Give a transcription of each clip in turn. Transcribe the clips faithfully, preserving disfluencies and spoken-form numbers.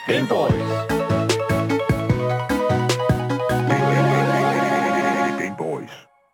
Game Boys. Game Boys.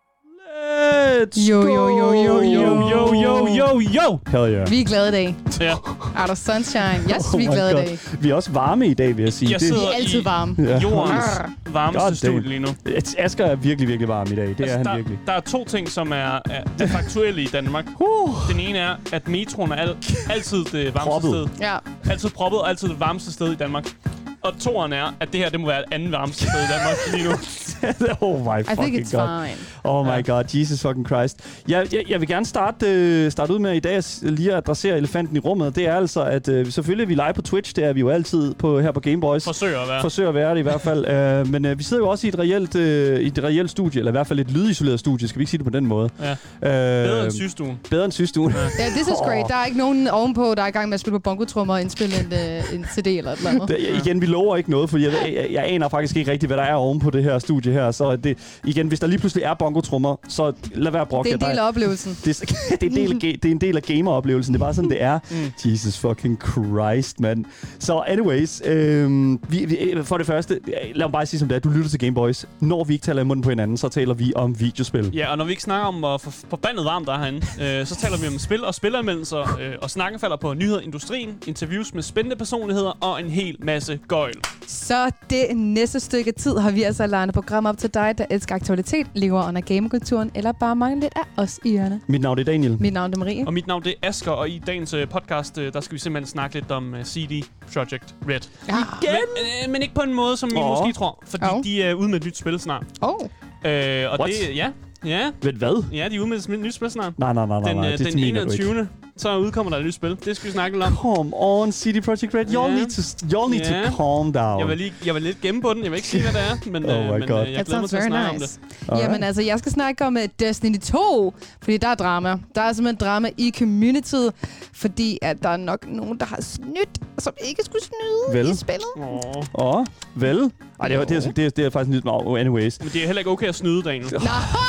Let's Jo, jo, jo, jo, Yo, yo, yo, yo, yo. Hell yeah. Vi er glade i dag. Ja. Out of sunshine. Yes, Oh vi er my glade i God. dag. Vi er også varme i dag, vil jeg sige. Vi Det- er sidder altid i varme. Ja. Jordens God varmeste studie lige nu. Asger er virkelig, virkelig varm i dag. Det er Altså, han der, virkelig. der er to ting, som er, er, er faktuelle i Danmark. Uh. Den ene er, at metroen er al, altid det varmeste Proppet. sted. Ja. Altid proppet og altid det varmeste sted i Danmark. Og toeren er, at det her det må være det anden varmeste sted i Danmark lige nu. Oh my I think fucking it's god. fine. Oh my Ja. god, Jesus fucking Christ. Jeg, jeg, jeg vil gerne starte, øh, starte ud med i dag at s- lige at adressere elefanten i rummet. Det er altså, at øh, selvfølgelig er vi live på Twitch. Det er vi jo altid på, her på Game Boys. Forsøger at være. Forsøger at være det i hvert fald. uh, men uh, vi sidder jo også i et reelt, uh, i et reelt studie, eller i hvert fald et lydisoleret studie. Skal vi ikke sige det på den måde? Ja. Uh, Bedre end sygestuen. Bedre end sygestuen. Ja. Ja, this is great. Der er ikke nogen ovenpå, der er i gang med at spille på bongotrummer og indspille en, uh, en C D eller et eller andet. Det, igen, vi lover ikke noget, for jeg, jeg, jeg aner faktisk ikke rigtigt, hvad der er oven på det her studie her. Så det, igen, hvis der lige pludselig er bongotrummer, så lad være at brokke Det er en del af oplevelsen. Det, er- det, er en del af, ga- det er en del af gameroplevelsen. Det er bare sådan, det er. Mm. Jesus fucking Christ, mand. Så anyways, øhm, vi, vi, for det første, lad mig bare sige som det er. Du lytter til Game Boys. Når vi ikke taler i munden på hinanden, så taler vi om videospil. Ja, og når vi ikke snakker om, hvor for- forbandet varmt der er herinde, øh, så taler vi om spil og spilleranmeldelser, øh, og snakken falder på nyheder i industrien, interviews med spændende personligheder og en hel masse gøjl. Så det næste stykke tid har vi altså lagt et program op til dig, der elsker aktualitet, lever under gamekulturen, eller bare mangler lidt af os i ørerne. Mit navn er Daniel. Mit navn er Marie. Og mit navn det er Asger, og i dagens øh, podcast, øh, der skal vi simpelthen snakke lidt om øh, C D Projekt Red. Ja. Men, øh, men ikke på en måde, som I Åh. måske tror, fordi Åh. de er ude med et nyt spil snart. Oh. Øh, og What? det, ja, ja, Ved hvad? ja, de er ude med et nyt spil snart. Nej, nej, nej, nej. Den, nej. øh, Det den mener du ikke. enogtyvende så udkommer der et nyt spil. Det skal vi snakke lidt om. Come on, C D Projekt Red. Y'all Ja. need to, y'all need Ja. to calm down. Jeg vil, lige, jeg vil lidt gemme på den. Jeg vil ikke sige, hvad det er, men, Oh øh, my men God. øh, jeg That glæder mig sounds til at very snakke om nice. det. Alright. Jamen altså, jeg skal snakke om uh, Destiny to, fordi der er drama. Der er simpelthen drama i communityet, fordi at der er nok nogen, der har snydt, som ikke skulle snyde Vel? i spillet. Åh. Åh, vel? Ej, det er, det, er, det, er, det er faktisk lidt... Oh, anyways. Men det er heller ikke okay at snyde, Daniel. Nå,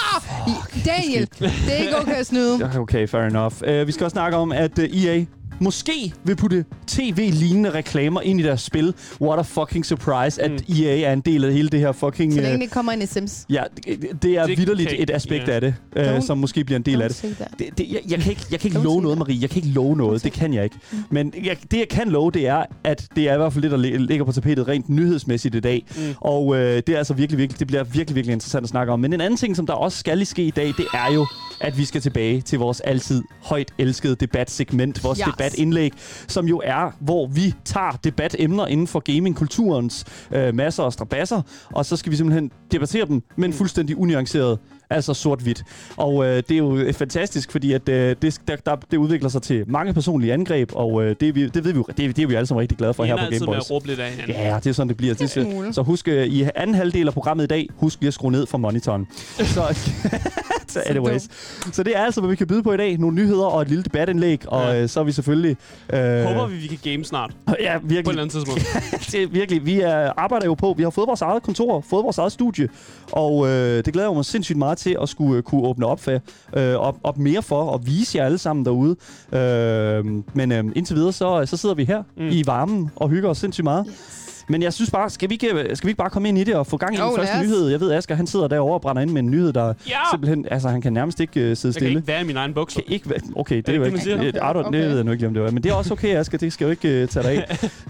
Daniel, det er ikke okay at snyde. Okay, fair enough. Uh, vi skal også snakke om, at uh, E A måske vil putte tv-lignende reklamer ind i deres spil. What a fucking surprise, at Mm. E A er en del af hele det her fucking... Så uh, længe det kommer ind i Sims. ja, det, det er Det- vitterligt okay, et aspekt ja. af det, uh, Don't- som måske bliver en del af Don't det. say that. Det, det, jeg, jeg kan ikke, jeg kan ikke Don't love say noget, that. Marie. Jeg kan ikke love noget. Det kan jeg ikke. Men jeg, det, jeg kan love, det er, at det er i hvert fald det, der lig- ligger på tapetet rent nyhedsmæssigt i dag. Mm. Og øh, det er altså virkelig, virkelig, det bliver virkelig, virkelig interessant at snakke om. Men en anden ting, som der også skal lige ske i dag, det er jo, at vi skal tilbage til vores altid højt elskede debatsegment, vores Yes. debatindlæg, som jo er, hvor vi tager debatemner inden for gamingkulturens øh, masser og strabasser, og så skal vi simpelthen debattere dem, men fuldstændig unuanceret. Altså sort-hvidt. Og øh, det er jo øh, fantastisk, fordi at, øh, det, der, der, det udvikler sig til mange personlige angreb, og øh, det, er vi, det ved vi jo, det, er, det er vi alle sammen rigtig glade for Vi her ender på altid Game med Boys. at råbe lidt af hinanden. Ja, det er sådan, det bliver. Det, smule. så husk, øh, i anden halvdel af programmet i dag, husk lige at skrue ned for monitoren. så, så anyways. Så det er altså, hvad vi kan byde på i dag. Nogle nyheder og et lille debatindlæg, og Ja. øh, så er vi selvfølgelig... Øh, Håber vi, vi kan game snart. Ja, På et virkelig. eller andet tidspunkt. det er virkelig. Vi er, arbejder jo på, vi har fået vores eget kontor, fået vores eget studie, og øh, det glæder jeg mig sindssygt meget til at skulle øh, kunne åbne op, for, øh, op, op mere for og vise jer alle sammen derude. Øh, men øh, indtil videre, så, så sidder vi her Mm. mm. i varmen og hygger os sindssygt meget. Yes. Men jeg synes bare, skal vi ikke, skal vi ikke bare komme ind i det og få gang i Jo, den lad første os. nyhed? Jeg ved, Asger, han sidder derovre og brænder ind med en nyhed, der Ja! simpelthen, altså han kan nærmest ikke uh, sidde Jeg kan stille. ikke være i min egen bukser. Kan ikke være, okay, det Er er det jo ikke det, man ikke, siger? det, okay. Okay. det ved jeg nu ikke lige, om det var. Men det er også okay, Asger, det skal jo ikke uh, tage dig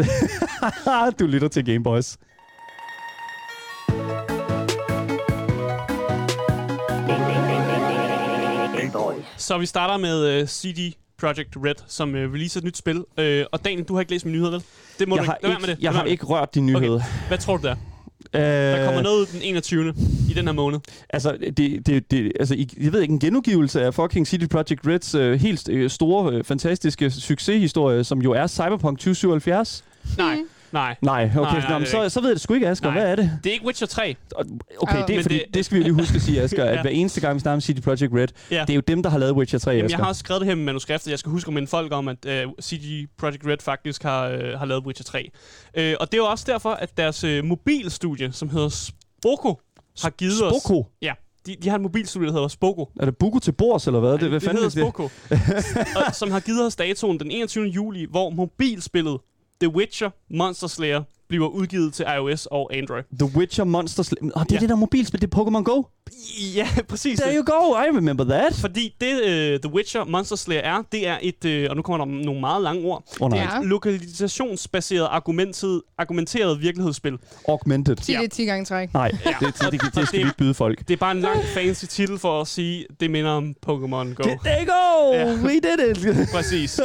af. Du lytter til Game Boys. Game Boys. Så vi starter med uh, C D Projekt Red, som uh, releaser et nyt spil. Uh, og Daniel, du har ikke læst min nyheder, vel? Det må Jeg du har ikke. Lad være ikke, med det. jeg Lad har være med ikke rørt din nyhed. Okay. Hvad tror du der? Øh, Der kommer noget ud den enogtyvende i den her måned. Altså, det, det, det, altså, I- jeg ved ikke, en genudgivelse af fucking C D Projekt Reds øh, helt øh, store, øh, fantastiske succeshistorie, som jo er Cyberpunk tyve syvoghalvfjerds. Nej, nej. Nej, okay, nej, Nå, men det er så, ikke. så ved jeg det sgu ikke, Asger. Nej. Hvad er det? Det er ikke Witcher tre. Okay, Øh, det er men fordi, det- det skal vi jo lige huske at sige, Asger, at Ja. hver eneste gang, vi snakker om C D Projekt Red, Ja. det er jo dem, der har lavet Witcher tre, Jamen, jeg Asger. har også skrevet det her med manuskriptet. Jeg skal huske at minde folk om, at uh, C D Projekt Red faktisk har, uh, har lavet Witcher tre. Uh, og det er jo også derfor, at deres uh, mobilstudie, som hedder Spoko, har givet os... Spoko? Ja, de, de har en mobilstudie, der hedder Spoko. Er det Buko til bords, eller hvad? Nej, det, hvad det fanden hedder er det? Spoko. og, som har givet os datoen den enogtyvende juli, hvor mobilspillet The Witcher Monster Slayer bliver udgivet til iOS og Android. The Witcher Monster Slayer. Oh, det er Ja. det der mobilspil, det er Pokémon Go. Ja, præcis. There you go, I remember that. Fordi det, uh, The Witcher Monster Slayer er, det er et, uh, og nu kommer der nogle meget lange ord, Oh, nej. Ja. lokalisationsbaseret argumentet, argumenteret virkelighedsspil. Augmented. Sig det ti gange træk. Nej, det, det, det, det, det skal vi ikke byde folk. Det er bare en lang fancy titel for at sige, det minder om Pokémon Go. There you go, Ja. we did it. Præcis.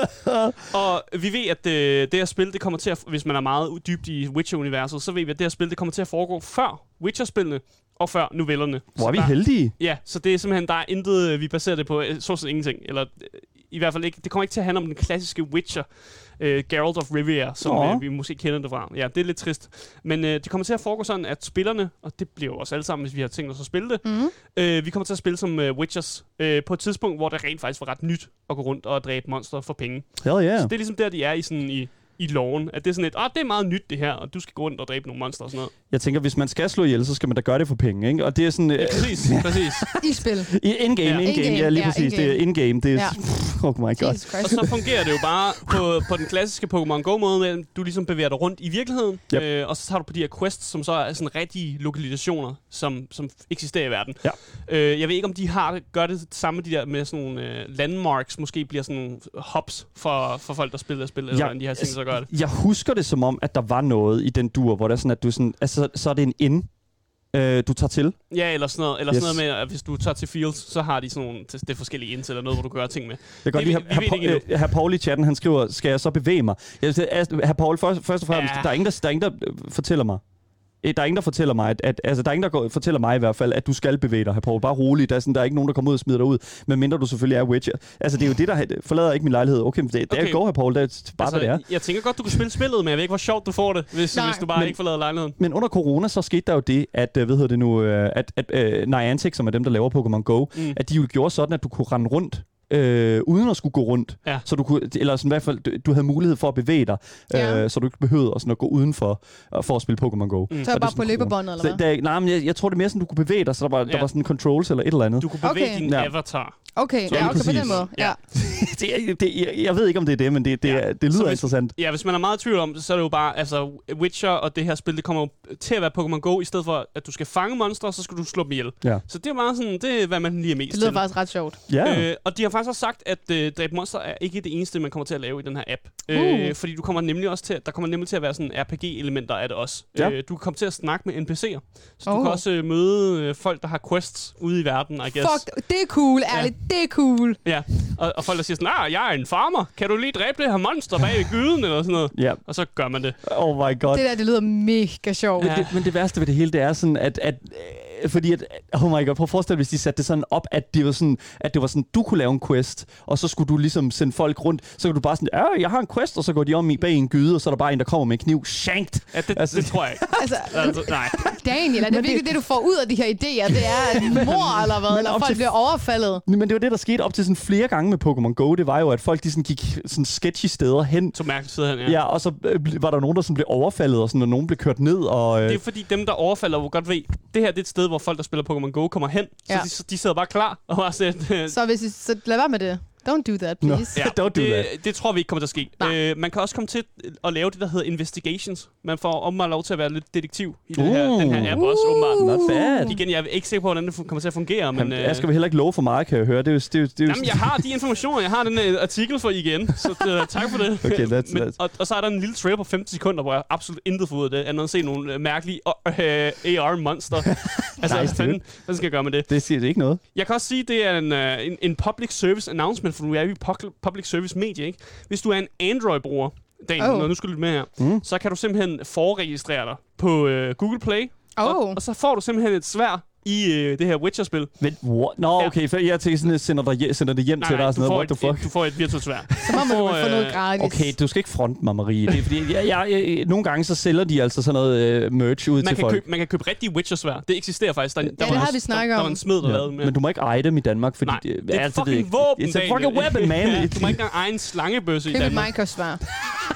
Og vi ved, at øh, det her spil, det kommer til at, hvis man er meget dybt i Witcher-universet, så ved vi, at det her spil, det kommer til at foregå før Witcher-spillene og før novellerne. Hvor er vi der, heldige. Ja, så det er simpelthen, der er intet, øh, vi baserer det på, øh, så set ingenting. Eller øh, i hvert fald ikke, det kommer ikke til at handle om den klassiske Witcher, øh, Geralt of Rivia, som Nå. øh, vi måske kender det fra. Ja, det er lidt trist. Men øh, det kommer til at foregå sådan, at spillerne, og det bliver jo også alle sammen, hvis vi har tænkt os at spille det, Mm. øh, vi kommer til at spille som øh, Witchers øh, på et tidspunkt, hvor det rent faktisk var ret nyt at gå rundt og dræbe monster for penge. Hell yeah. Så det er ligesom der, de er i sådan i, i loven. At det er sådan et, ah, det er meget nyt det her, og du skal gå rundt og dræbe nogle monster og sådan noget. Jeg tænker, hvis man skal slå ihjel, så skal man da gøre det for penge, ikke? Og det er sådan... Ja, præcis, præcis. I spil. I in-game, Ja. in-game, In-game, ja, lige ja, præcis. Det er in-game. in-game, det er... Ja. Oh my god. Jesus Og Christ. så fungerer det jo bare på, på den klassiske Pokémon Go-måde, at du ligesom bevæger dig rundt i virkeligheden, Yep. øh, og så tager du på de her quests, som så er sådan rigtige lokalisationer, som, som eksisterer i verden. Ja. Øh, jeg ved ikke, om de har det, gør det samme de der med sådan nogle øh, landmarks, måske bliver sådan nogle hubs for, for folk, der spiller spil, eller Ja, hvordan de har tænkt sig at gøre det. Jeg husker det som om, at der var noget i den dur, hvor der er sådan, at du sådan... Altså, så er det en ind, øh, du tager til. Ja, eller sådan noget, eller Yes. sådan noget med, at hvis du tager til Fields, så har de sådan nogle, det er forskellige inds, eller noget, hvor du gør ting med. Jeg kan godt Det- lide, vi- vi ved ikke her, her, her Paul i chatten, han skriver, skal jeg så bevæge mig? Jeg, her Paul, først, først og fremmest, Ja. der, er ingen, der, der er ingen, der øh, fortæller mig. Eh, Der er ingen, der fortæller mig, at, at altså, der er ingen, der går, fortæller mig i hvert fald, at du skal bevæge dig, her Paul. Bare rolig. Der er, sådan, der er ikke nogen, der kommer ud og smider dig ud, medmindre du selvfølgelig er Witcher. Altså, det er jo det, der forlader ikke min lejlighed. Okay, det, det er Okay. go, her Paul. Det er bare, altså, hvad det er. Jeg tænker godt, du kunne spille spillet, men jeg ved ikke, hvor sjovt du får det, hvis, Nej. hvis du bare Men- ikke forlader lejligheden. Men under corona, så skete der jo det, at, øh, hvad hedder det nu, øh, at, at øh, Niantic, som er dem, der laver Pokémon Go, Mm. at de jo gjorde sådan, at du kunne rende rundt, øh, uden at skulle gå rundt. Ja. Så du kunne, eller sådan, i hvert fald, du, du havde mulighed for at bevæge dig, Ja. øh, så du ikke behøvede at, sådan, at gå udenfor øh, for at spille Pokémon Go. Mm. Så Og er det bare sådan på løbebåndet, eller Så, hvad? der, nej, men jeg, jeg tror, det er mere sådan, du kunne bevæge dig, så der var, ja. der Ja. var sådan controls eller et eller andet. Du kunne bevæge Okay. din Ja. avatar. Okay, Så ja, lige okay, på præcis. den måde. Ja. Ja. det, er- det, jeg, jeg ved ikke, om det er det, men det, det, Ja. ja. det Så lyder hvis- interessant. Ja, hvis man er meget i tvivl om det, så er det jo bare, altså, Witcher og det her spil, det kommer jo til at være Pokémon Go, i stedet for, at du skal fange monstre, så skal du slå dem ihjel. Ja. Så det er meget sådan, det er, hvad man lige er mest Det lyder til. faktisk ret sjovt. Ja. Øh, og de har faktisk også sagt, at øh, dræbe monster er ikke det eneste, man kommer til at lave i den her app. Uh. Øh, fordi du kommer nemlig også til, der kommer nemlig til at være sådan R P G-elementer af det også. Ja. Øh, du kan komme til at snakke med N P C'er. Så Oh. du kan også øh, møde øh, folk, der har quests ude i verden, I guess. Fuck, det er cool, ærligt. Det er cool. Ja, og, og folk, der siger sådan, ah, jeg er en farmer. Kan du lige dræbe det her monster bag i gyden, eller sådan noget? Ja. Og så gør man det. Oh my god. Det der, det lyder mega sjovt. Men, det, men det værste ved det hele, det er sådan, at, at øh, fordi at, oh my god, prøv at forestille dig, hvis de satte det sådan op, at det var sådan, at det var sådan, du kunne lave en quest, og så skulle du ligesom sende folk rundt, så kan du bare sådan, ja, jeg har en quest, og så går de om i bag en gyde, og så er der bare en, der kommer med en kniv, shanked. Ja, det, Altså- det tror jeg ikke. Altså, Altså, nej. Daniel, er det virkelig det, du får ud af de her idéer? Det er at mor eller hvad? Men Eller op folk til- bliver overfaldet? Men det var det, der skete op til sådan flere gange med Pokémon Go, det var jo, at folk de sådan gik sådan sketchy steder hen, Så mærkeligt sidder han, ja. ja. ja, og så øh, var der nogen, der sådan blev overfaldet, og sådan, og nogen blev kørt ned, og... Øh, Det er fordi dem, der overfalder, hvor godt ved, det her det er et sted, hvor folk, der spiller Pokémon Go, kommer hen. Så Ja. de, så de sidder bare klar og bare siger, Så hvis I, så lad være med det. Don't do that, Nå. please. Ja. Don't do det, that. det tror vi ikke kommer til at ske. Nej. Øh, man kan også komme til at lave det, der hedder investigations. Man får om lov til at være lidt detektiv i den her, Uh. den her app også, åbenbart. Not bad. Igen, jeg er ikke sikker på, hvordan det fu- kommer til at fungere, men... Men, øh, jeg skal vel heller ikke love for meget, kan jeg høre. Det er jo, det er jo, det er jo Jamen, jeg har de informationer. Jeg har den uh, artikel for igen, så uh, tak for det. Okay, that's- Men, that's- og, og så er der en lille trailer på femten sekunder, hvor jeg absolut intet får ud af det, andet end at se nogle uh, mærkelige uh, A R-monster. altså, Nice, hvad fanden hvad skal jeg gøre med det? det siger det ikke noget. Jeg kan også sige, at det er en, uh, en, en public service announcement, for nu er vi i public service medie, ikke? Hvis du er en Android-bruger, Daniel, Oh. oh. nu skal du lytte med her, Mm. så kan du simpelthen forregistrere dig på uh, Google Play, og, Oh. og så får du simpelthen et sværd i uh, det her Witcher-spil. Men, what? Nå, Ja. okay, for jeg tænker sådan, at sender, dig, hje- sender det hjem til dig og du sådan får, noget. What the et, fuck? et, du får et virtuelt sværd. Så må man får, jo få noget øh, gratis. Okay, du skal ikke fronte mig, Marie. Det er, fordi, jeg, jeg, jeg, nogle gange så sælger de altså sådan noget uh, merch ud Man til kan, folk. købe, man kan købe rigtige Witcher-sværd. Det eksisterer faktisk. Der, der det var har en- vi snakket der, der om. var en smed, der Ja. lavede med. Men du må ikke eje dem i Danmark, fordi... Nej, det er et altså, fucking ikke- våben, It's a Daniel. fucking weapon, man. Ja, du må ikke engang eje en slangebøsse i Køb et Danmark. Minecraft-svær.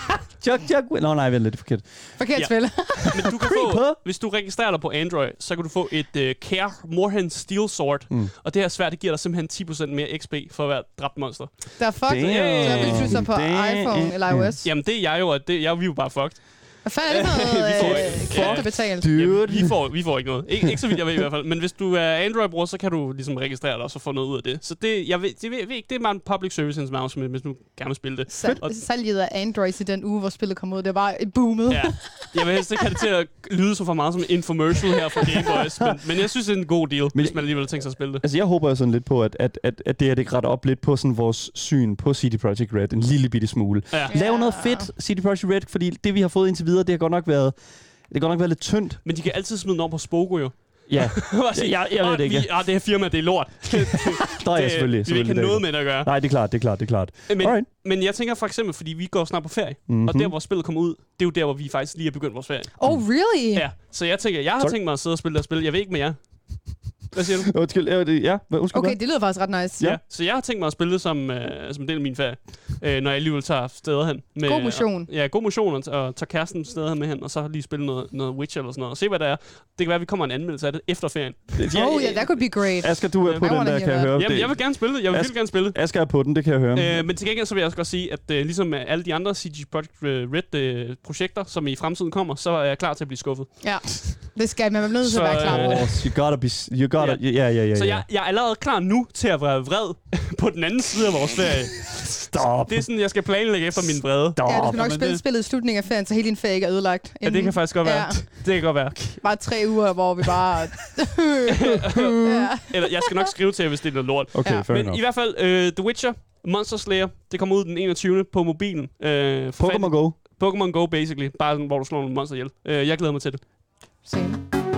Chuck, Chuck. Nå nej, vent lidt, det er forkert. Forkert Ja. spil. Men du kan få, hvis du registrerer dig på Android, så kan du få et uh, Care Morhen Steel Sword. Mm. Og det her sværd, det giver dig simpelthen ti procent mere X P for at være dræbt monster. Der er fucked. Damn. Så hvis du så på Damn. iPhone eller iOS. Jamen, det er jeg jo, og det, jeg er vi jo bare fucked. Hvad fanden er det for noget, Vi får øh, ikke- kort Ja. at betale? Dude. Jamen, vi, får, vi får ikke noget. Ik- ikke så vidt jeg ved i hvert fald. Men hvis du er Android-bruger, så kan du ligesom registrere dig og så få noget ud af det. Så det, jeg ved, det, ved, jeg ved ikke, det er bare en public service announcement, hvis du gerne vil spille det. Sal- Og- salget af Android i den uge, hvor spillet kom ud, det var et boomet. Ja. Jeg vil helst ikke have det til at lyde så for meget som en infomercial her fra Game Boys, men, men jeg synes, det er en god deal, Men- men, hvis man alligevel har tænkt sig at spille det. Altså, jeg håber jo sådan lidt på, at, at, at, at det her, det retter op lidt på sådan vores syn på C D Projekt Red. En lille bitte smule. Ja. Ja. Lav noget fedt, C D Projekt Red, fordi det, vi har fået indtil videre, det har godt nok været, det har godt nok været lidt tyndt. Men de kan altid smide den over på Spogo jo. Ja, Bare sige, jeg, jeg ved "Åh, det ikke. Vi, ah, det her firma, det er lort. det, Der er jeg det- selvfølgelig. Vi vil ikke have selvfølgelig noget med det at gøre. Nej, det er klart, det er klart, det er klart. Men, Alright. men jeg tænker for eksempel, fordi vi går snart på ferie, Mhm. og der, hvor spillet kommer ud, det er jo der, hvor vi faktisk lige er begyndt vores ferie. Oh, really? Ja, så jeg tænker, jeg har Sorry. tænkt mig at sidde og spille det spil. Jeg ved ikke med jer. Hvad siger du? Undskyld, ja, det- ja, hvad- undskyld. Okay, hvad? det lyder faktisk ret nice. Ja. Ja. Så jeg har tænkt mig at spille det som, øh, som en del af min ferie, øh, når jeg alligevel tager steder hen. Med, God motion. Og, ja, god motion, og, og tager kæresten steder hen med hen, og så lige spille noget, noget Witcher eller sådan noget, og se hvad der er. Det kan være, at vi kommer en anmeldelse af det efter ferien. Oh, yeah, that could be great. Asger, du er I på den wanna der, hear kan jeg that. høre. Jamen, Det- jeg vil gerne spille det. Jeg vil Ask- virkelig gerne spille det. Asger er på den, det kan jeg høre. Øh, men til gengæld så vil jeg også godt sige, at øh, ligesom med alle de andre C G Projekt Red-projekter, som i fremtiden kommer, så er jeg klar til at blive skuffet. Ja, det skal man. Man er nødt til at Så, være klar på øh, det. Oh, you gotta be... You gotta... Ja, ja, ja, ja. Så jeg, jeg er allerede klar nu til at være vred på den anden side af vores ferie. Stop. Det er sådan, jeg skal planlægge efter min vrede. Stop. Ja, du skal nok men spille det- spillet i slutningen af ferien, så hele din ferie ikke er ødelagt. Ja, det kan faktisk godt være. Ja, Det kan godt være. bare tre uger, hvor vi bare... ja. Eller jeg skal nok skrive til jer, hvis det er noget lort. Okay, Ja. fair Men enough. i hvert fald, øh, The Witcher, Monster Slayer, det kommer ud den enogtyvende på mobilen. Øh, for Pokémon Go. Pokémon Go, basically. Bare sådan, hvor du slår nogle monster ihjel. Øh, jeg glæder mig til det. Same.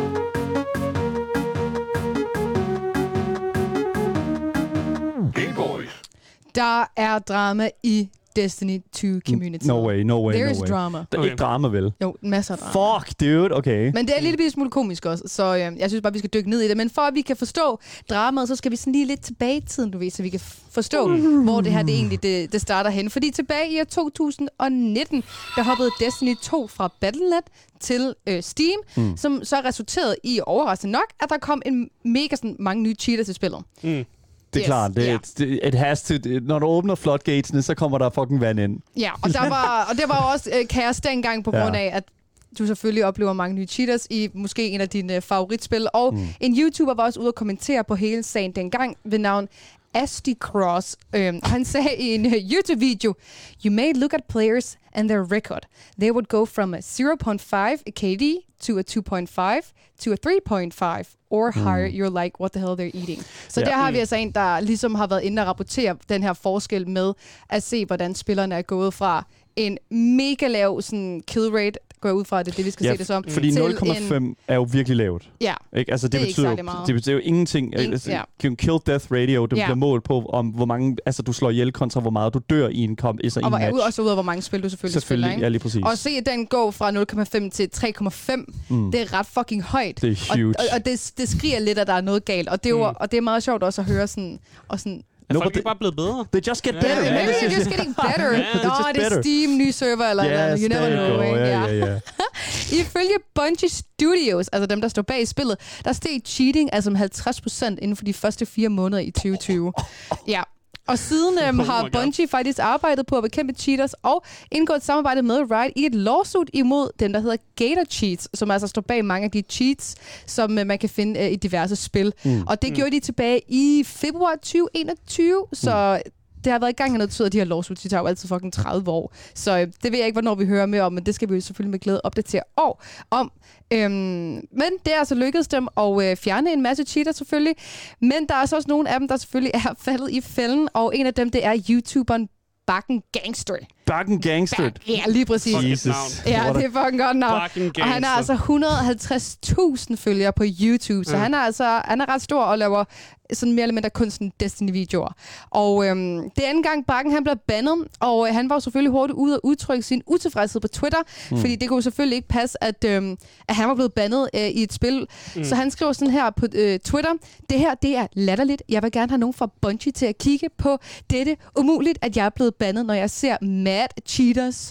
Game Boys. Der er drama i Destiny to Community. No way, no way, There no is way. drama. Der er Okay. ikke drama, vel? Jo, masser af drama. Fuck, dude. Okay. Men det er en lille bitte smule komisk også, så øh, jeg synes bare, vi skal dykke ned i det. Men for at vi kan forstå dramaet, så skal vi sådan lige lidt tilbage i tiden, du ved, så vi kan f- forstå, mm. hvor det her det egentlig det, det starter hen. Fordi tilbage i år to tusind nitten, der hoppede Destiny to fra Battle punkt net til øh, Steam, mm. som så resulterede i, overraskende nok, at der kom en mega sådan, mange nye cheaters til spillet. Mm. Det er Yes, klart. Det, ja. det, it has to, det, når du åbner floodgatesene, så kommer der fucking vand ind. Ja, og, der var, og det var jo også øh, kaos dengang på Ja. grund af, at du selvfølgelig oplever mange nye cheaters i måske en af dine favoritspil. Og mm. en YouTuber var også ude og kommentere på hele sagen dengang ved navn Asti Cross. Øhm, og han sagde i en uh, YouTube-video, "You may look at players and their record. They would go from a zero point five K D to a two point five to a three point five or higher. You're like, what the hell they're eating." Så Ja. der har vi altså en, der ligesom har været inde og rapportere den her forskel med at se, hvordan spillerne er gået fra en mega lav sådan, kill rate, går jeg ud fra, at det er det, vi skal Ja, se det som. Fordi til nul komma fem er jo virkelig lavt. Ja, Ikke? Altså, det, Det er ikke betyder, særlig jo, meget. det betyder jo ingenting. Ingen- altså, ja. Kill death ratio, det Ja. bliver målt på, om hvor mange altså, du slår ihjel kontra hvor meget du dør i en, kom, altså, i og en hvor er match. også ud af, hvor mange spil du selvfølgelig, Selvfølgelig, spiller. ja, Ikke? lige præcis. Og se, at den går fra nul komma fem til tre komma fem, mm. det er ret fucking højt. Det er huge. Og, og, og det, det skriger lidt, at der er noget galt. Og det er, jo, Mm. og det er meget sjovt også at høre sådan... Og sådan Er No, folk but ikke bare blevet bedre? They just get Ja, better, ja, man. maybe It's they're just- just getting better. Yeah. Nå, They're just det er better. Steam, ny server, eller, eller Yes, you never there you know. go. Ikke? Ja, ja, ja. Ifølge Bungie Studios, altså dem, der står bag spillet, der steg cheating altså med halvtreds procent inden for de første fire måneder i tyve tyve. Ja. Og siden øhm, Oh har my God. Bungie faktisk arbejdet på at bekæmpe cheaters og indgået et samarbejde med Riot i et lawsuit imod dem, der hedder Gator Cheats, som altså står bag mange af de cheats, som øh, man kan finde øh, i diverse spil. Mm. Og det mm. gjorde de tilbage i februar tyve enogtyve, så mm. det har været i gang i noget tid, og de her lawsuits, de tager jo altid fucking tredive år. Så øh, det ved jeg ikke, hvornår vi hører mere om, men det skal vi jo selvfølgelig med glæde opdatere år om. Øhm, men det er altså lykkedes dem at øh, fjerne en masse cheaters selvfølgelig. Men der er altså også nogle af dem, der selvfølgelig er faldet i fælden, og en af dem, det er YouTuberen Bakken Gangster. Bakken Gangster. Ja, lige præcis. Fuck. Jesus. navn. Ja, What a- det er fucking godt navn. Fucking Og han har gangster. altså et hundrede og halvtreds tusind følgere på YouTube, så Ja. han er altså han er ret stor og laver sådan mere eller mindre kun sådan Destiny-videoer. Og øhm, det er anden gang Bakken han blev bandet, og øh, han var jo selvfølgelig hurtigt ude og udtrykke sin utilfredshed på Twitter, mm. fordi det kunne jo selvfølgelig ikke passe, at, øhm, at han var blevet bandet øh, i et spil. Mm. Så han skriver sådan her på øh, Twitter: "Det her, det er latterligt. Jeg vil gerne have nogen fra Bungie til at kigge på dette. Umuligt, at jeg er blevet bandet, når jeg ser mad cheaters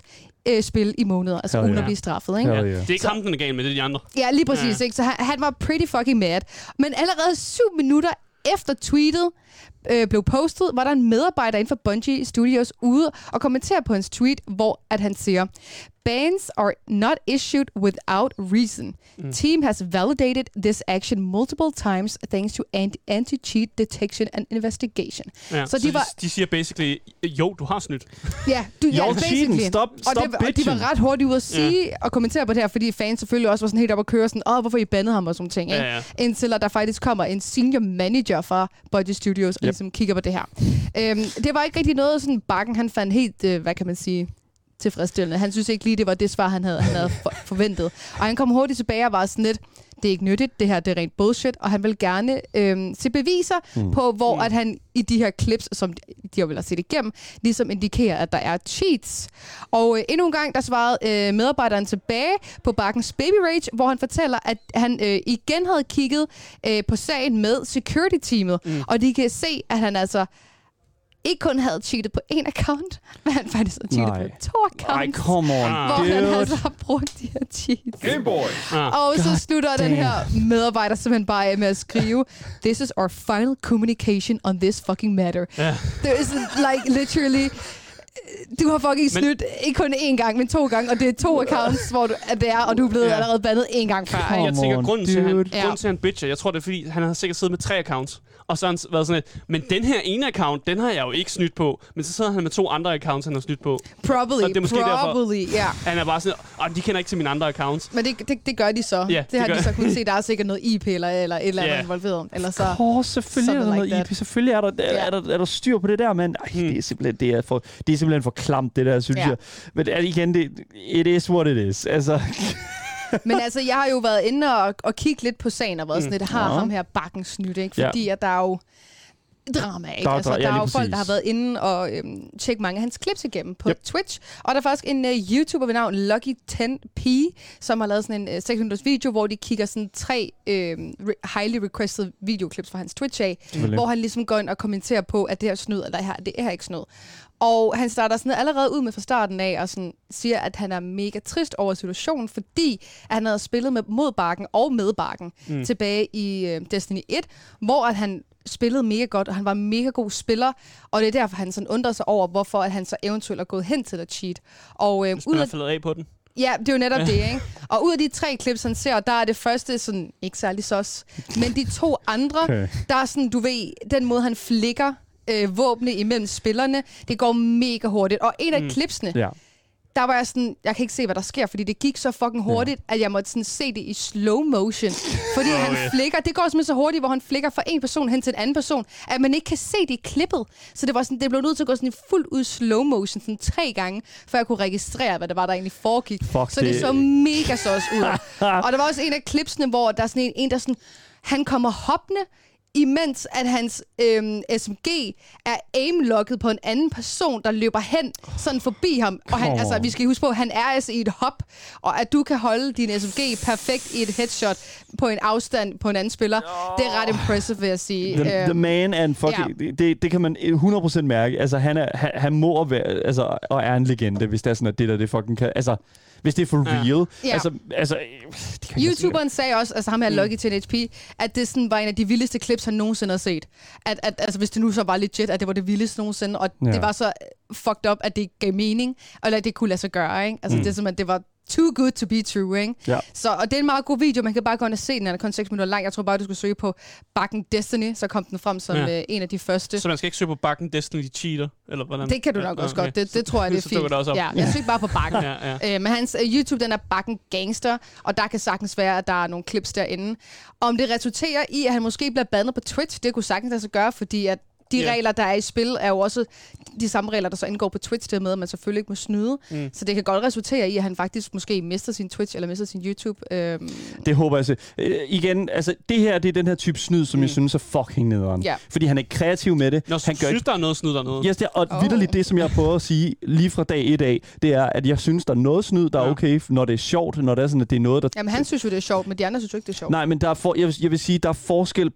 øh, spil i måneder, altså Hell uden yeah. at blive straffet, ikke? Hell Ja. yeah. Det er ikke ham, den er gal med, det er de andre. Ja, lige præcis, Ja. ikke? Så han, han var pretty fucking mad. Men allerede syv minutter efter tweetet øh, blev postet, var der en medarbejder inden for Bungie Studios ude og kommentere på hans tweet, hvor at han siger, bans are not issued without reason. Mm. Team has validated this action multiple times thanks to anti- anti-cheat detection and investigation. Ja. Så Så de de, var- de siger basically, jo, du har snydt. Ja, du, ja, You're basically. cheating. Stop- og, stop det, var- og de bitching. var ret hurtigt ude at sige ja. og kommentere på det her, fordi fans selvfølgelig også var sådan helt op at køre sådan, åh, hvorfor I bandede ham og sådan ting, ikke? Ja, ja. Indtil at der faktisk kommer en senior manager fra Bungie Studios og Yep. ligesom kigger på det her. øhm, det var ikke rigtig noget, sådan Bakken han fandt helt, øh, hvad kan man sige, tilfredsstillende. Han synes ikke lige, det var det svar, han havde, han havde for, forventet. Og han kom hurtigt tilbage og var sådan lidt, det er ikke nyttigt, det her det er rent bullshit, og han vil gerne øhm, se beviser mm. på, hvor mm. at han i de her clips, som de, de har vel set igennem, ligesom indikerer, at der er cheats. Og øh, endnu en gang, der svarede øh, medarbejderen tilbage på Bakkens Baby Rage, hvor han fortæller, at han øh, igen havde kigget øh, på sagen med security-teamet, mm. og de kan se, at han altså ikke kun havde cheatet på en account, men han faktisk havde cheatet Nej. på to accounts. Ej, come on, hvor dude. han altså har brugt de her cheats. Game Boys. Ah. Og så God slutter damn. den her medarbejder simpelthen bare af med at skrive, this is our final communication on this fucking matter. Ja. There is like literally, du har fucking Men- snydt ikke kun én gang, men to gange, og det er to accounts, hvor du, at det er, og du er blevet Ja. allerede bandet én gang før. Come Ikke? Jeg tænker, on, grunden til, at han, dude. Ja. grunden til, at han bitcher, jeg tror, det er, fordi han har sikkert siddet med tre accounts. Og så har han s- været sådan et, men den her ene account, den har jeg jo ikke snydt på. Men så sidder han med to andre accounts, han har snydt på. Probably, Og det er måske derfor- probably, ja. Han er bare sådan, åh, de kender ikke til mine andre accounts. Men det, det, det gør de så. Ja, det, det har gør- de så kunnet se. Der er sikkert noget I P eller, eller et eller andet Ja. involveret. Eller så, Åh, selvfølgelig er der something noget like I P. Selvfølgelig er der, er, Ja. er, der, er der styr på det der, mand. Ej, Hmm. det er simpelthen, det er for, det er simpelthen for klamt, det der, synes Ja. jeg. Men er- igen, det, it is what it is. Altså, Men altså, jeg har jo været inde og, og kigge lidt på sagen og været sådan lidt, har Ja. ham her Bakken snydt, ikke? Ja. Fordi at der er jo drama, ikke? Der er altså, dra- der ja, er lige jo folk, præcis. der har været inde og øhm, tjekke mange af hans clips igennem på Yep. Twitch. Og der er faktisk en uh, YouTuber ved navn Lucky ten P, som har lavet sådan en uh, seks minutters video, hvor de kigger sådan tre øh, re- highly requested videoclips fra hans Twitch af, Selvfølgelig. hvor han ligesom går ind og kommenterer på, at det her er snyd, eller det her, det er ikke snyd. Og han starter sådan allerede ud med fra starten af, og sådan siger, at han er mega trist over situationen, fordi at han havde spillet med, mod Bakken og med Bakken mm. tilbage i øh, Destiny et, hvor at han spillede mega godt, og han var en mega god spiller, og det er derfor, han sådan undrer sig over, hvorfor at han så eventuelt er gået hen til at cheat. Og øh, Hvis ud man af har faldet af på den. Ja, det er jo netop det, ikke? Og ud af de tre clips, han ser, der er det første sådan, ikke særlig sos, men de to andre, Okay. der er sådan, du ved, den måde, han flikker øh, våbne imellem spillerne, det går mega hurtigt. Og en af mm. clipsene, ja. der var jeg sådan, jeg kan ikke se, hvad der sker, fordi det gik så fucking hurtigt, ja. at jeg måtte sådan se det i slow motion. Fordi Oh, han yeah. flikker, det går simpelthen så hurtigt, hvor han flikker fra en person hen til en anden person, at man ikke kan se det i klippet. Så det var sådan, det blev nødt til at gå sådan fuldt ud slow motion, sådan tre gange, før jeg kunne registrere, hvad det var, der egentlig foregik. Fuck, så det, det- så mega sås ud. Og der var også en af klipsene, hvor der er sådan en, en der sådan, han kommer hoppende, imens at hans øhm, S M G er aimlocket på en anden person, der løber hen sådan forbi ham. Og han, Come altså, on. vi skal huske på, at han er altså i et hop, og at du kan holde din S M G perfekt i et headshot på en afstand på en anden spiller, oh. det er ret impressive, vil jeg sige. The, the Øhm, man er en fucking... ja. Det, det kan man hundrede procent mærke. Altså, han, er, han, han må være... Altså, og er en legende, hvis det er sådan, at det der, det fucking kan... Altså, hvis det er for Ja. real. Ja. Altså, altså... Det kan jeg YouTuberen sagde også, altså ham her Lucky ten H P, at det sådan var en af de vildeste clips, han nogensinde har set. At, at altså, hvis det nu så var legit, at det var det vildeste nogensinde, og Ja. det var så fucked up, at det gav mening, eller at det kunne lade sig gøre, ikke? Altså, mm. det er simpelthen, det var too good to be true, ikke? Ja. Så, og det er en meget god video, man kan bare gå ind og se den, den er kun seks minutter lang. Jeg tror bare, du skulle søge på Bakken Destiny, så kom den frem som Ja. ja. øh, en af de første. Så man skal ikke søge på Bakken Destiny Cheater, eller hvordan? Det kan du nok Ja, også okay. godt, det, det tror jeg, det er Så fint. dukker det også op. Ja, jeg søgte bare på Bakken. Ja, ja. Øh, men hans uh, YouTube, den er Bakken Gangster, og der kan sagtens være, at der er nogle clips derinde. Om det resulterer i, at han måske bliver bandet på Twitch, det kunne sagtens lade sig gøre, fordi at de Ja. regler, der er i spil, er jo også de samme regler, der så indgår på Twitch, dermed, at man selvfølgelig ikke må snyde. Mm. Så det kan godt resultere i, at han faktisk måske mister sin Twitch, eller mister sin YouTube. Øhm, Det håber jeg. Så. Øh, igen, altså, det her, det er den her type snyd, som mm. jeg synes er fucking nederen. Ja. Fordi han er ikke kreativ med det. Nå, så han du synes, der er noget snyd dernede? Yes, det er, og Oh. oh. vitterligt det, som jeg prøver at sige lige fra dag et af, det er, at jeg synes, der er noget snyd, der er Ja. okay, når det er sjovt, når det er sådan, at det er noget, der... jamen, han synes jo, det er sjovt, men de andre synes jo ikke, det er sjovt. Nej, men der er for, jeg, vil, jeg vil sige, der er forskel på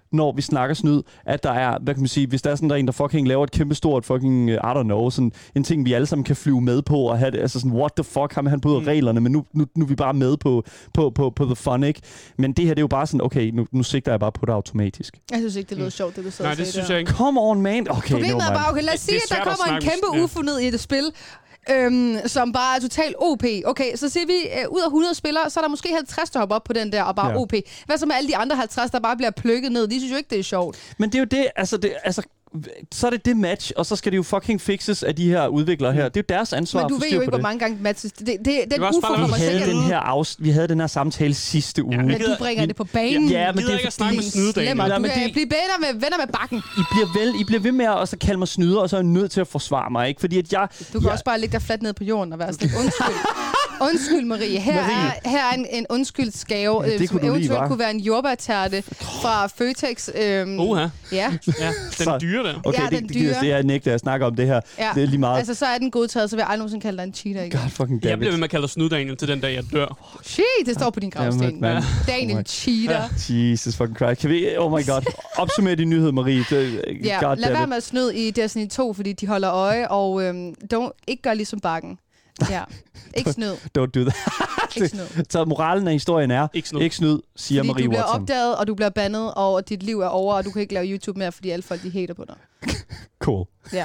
når vi snakker snyd, at der er, hvad kan man sige, hvis der er sådan der en, der fucking laver et kæmpestort fucking, uh, I don't know, sådan en ting, vi alle sammen kan flyve med på, og have det, altså sådan, what the fuck, har han bryder mm. reglerne, men nu, nu, nu er vi bare med på, på, på, på the fun, ikke? Men det her, det er jo bare sådan, okay, nu, nu sigter jeg bare på det automatisk. Jeg synes ikke, det lyder mm. sjovt, det du sidder Nej, det synes jeg ikke. Come on, man. Okay, problemet er bare, okay, lad os sige, at der kommer en kæmpe U F O ned i et spil, Øhm, som bare er totalt O P. Okay, så siger vi, øh, ud af hundrede spillere, så er der måske halvtreds, der hopper op på den der, og bare ja. O P. Hvad så med alle de andre halvtreds, der bare bliver plukket ned? De synes jo ikke, det er sjovt. Men det er jo det, altså, det, altså så er det det match, og så skal det jo fucking fixes af de her udviklere her. Det er jo deres ansvar. Men du ved jo ikke, hvor mange gange matches. Det, det, det, den U F O vi havde den her afs- vi havde den her samtale sidste uge. Ja, men du bringer vi, det på banen. Ja, men det er ikke at snakke med snydedagen. Du kan blive bedre med venner med bakken. I bliver vel, I bliver ved med at så kalde mig snyder, og så er jeg nødt til at forsvare mig, ikke? Fordi at jeg Du kan jeg, også bare ligge dig flat ned på jorden og være sådan undskyld. Undskyld, Marie. Her Marie. er, her er en, en undskyldsgave, ja, som eventuelt lide, kunne være en jordbærterte fra Føtex. Øhm, Oha. Ja. ja. Den dyre der. Okay, ja, det, den det gider jeg nægte at snakke om det her. Ja. Det er lige meget. Altså, så er den godtaget, så vil jeg aldrig nogensinde kalde dig en cheater igen. God fucking damn Jeg bliver ved med at kalde dig snyde, Daniel, til den dag, jeg dør. Shit, det står på din gravsten. Ja, Daniel, oh cheater. Jesus fucking Christ. Kan vi, oh my god. Opsummer din nyhed, Marie. Det, ja, god lad være med at snyde i Destiny to, fordi de holder øje, og øhm, don't, ikke gør ligesom bakken. Ja, ikke snyd. Don't do that. Ikke snyd. Så moralen af historien er, ikke snyd, ikke snyd siger fordi Marie du bliver Watson. opdaget, og du bliver bandet, og dit liv er over, og du kan ikke lave YouTube mere, fordi alle folk, de hater på dig. Cool. Ja.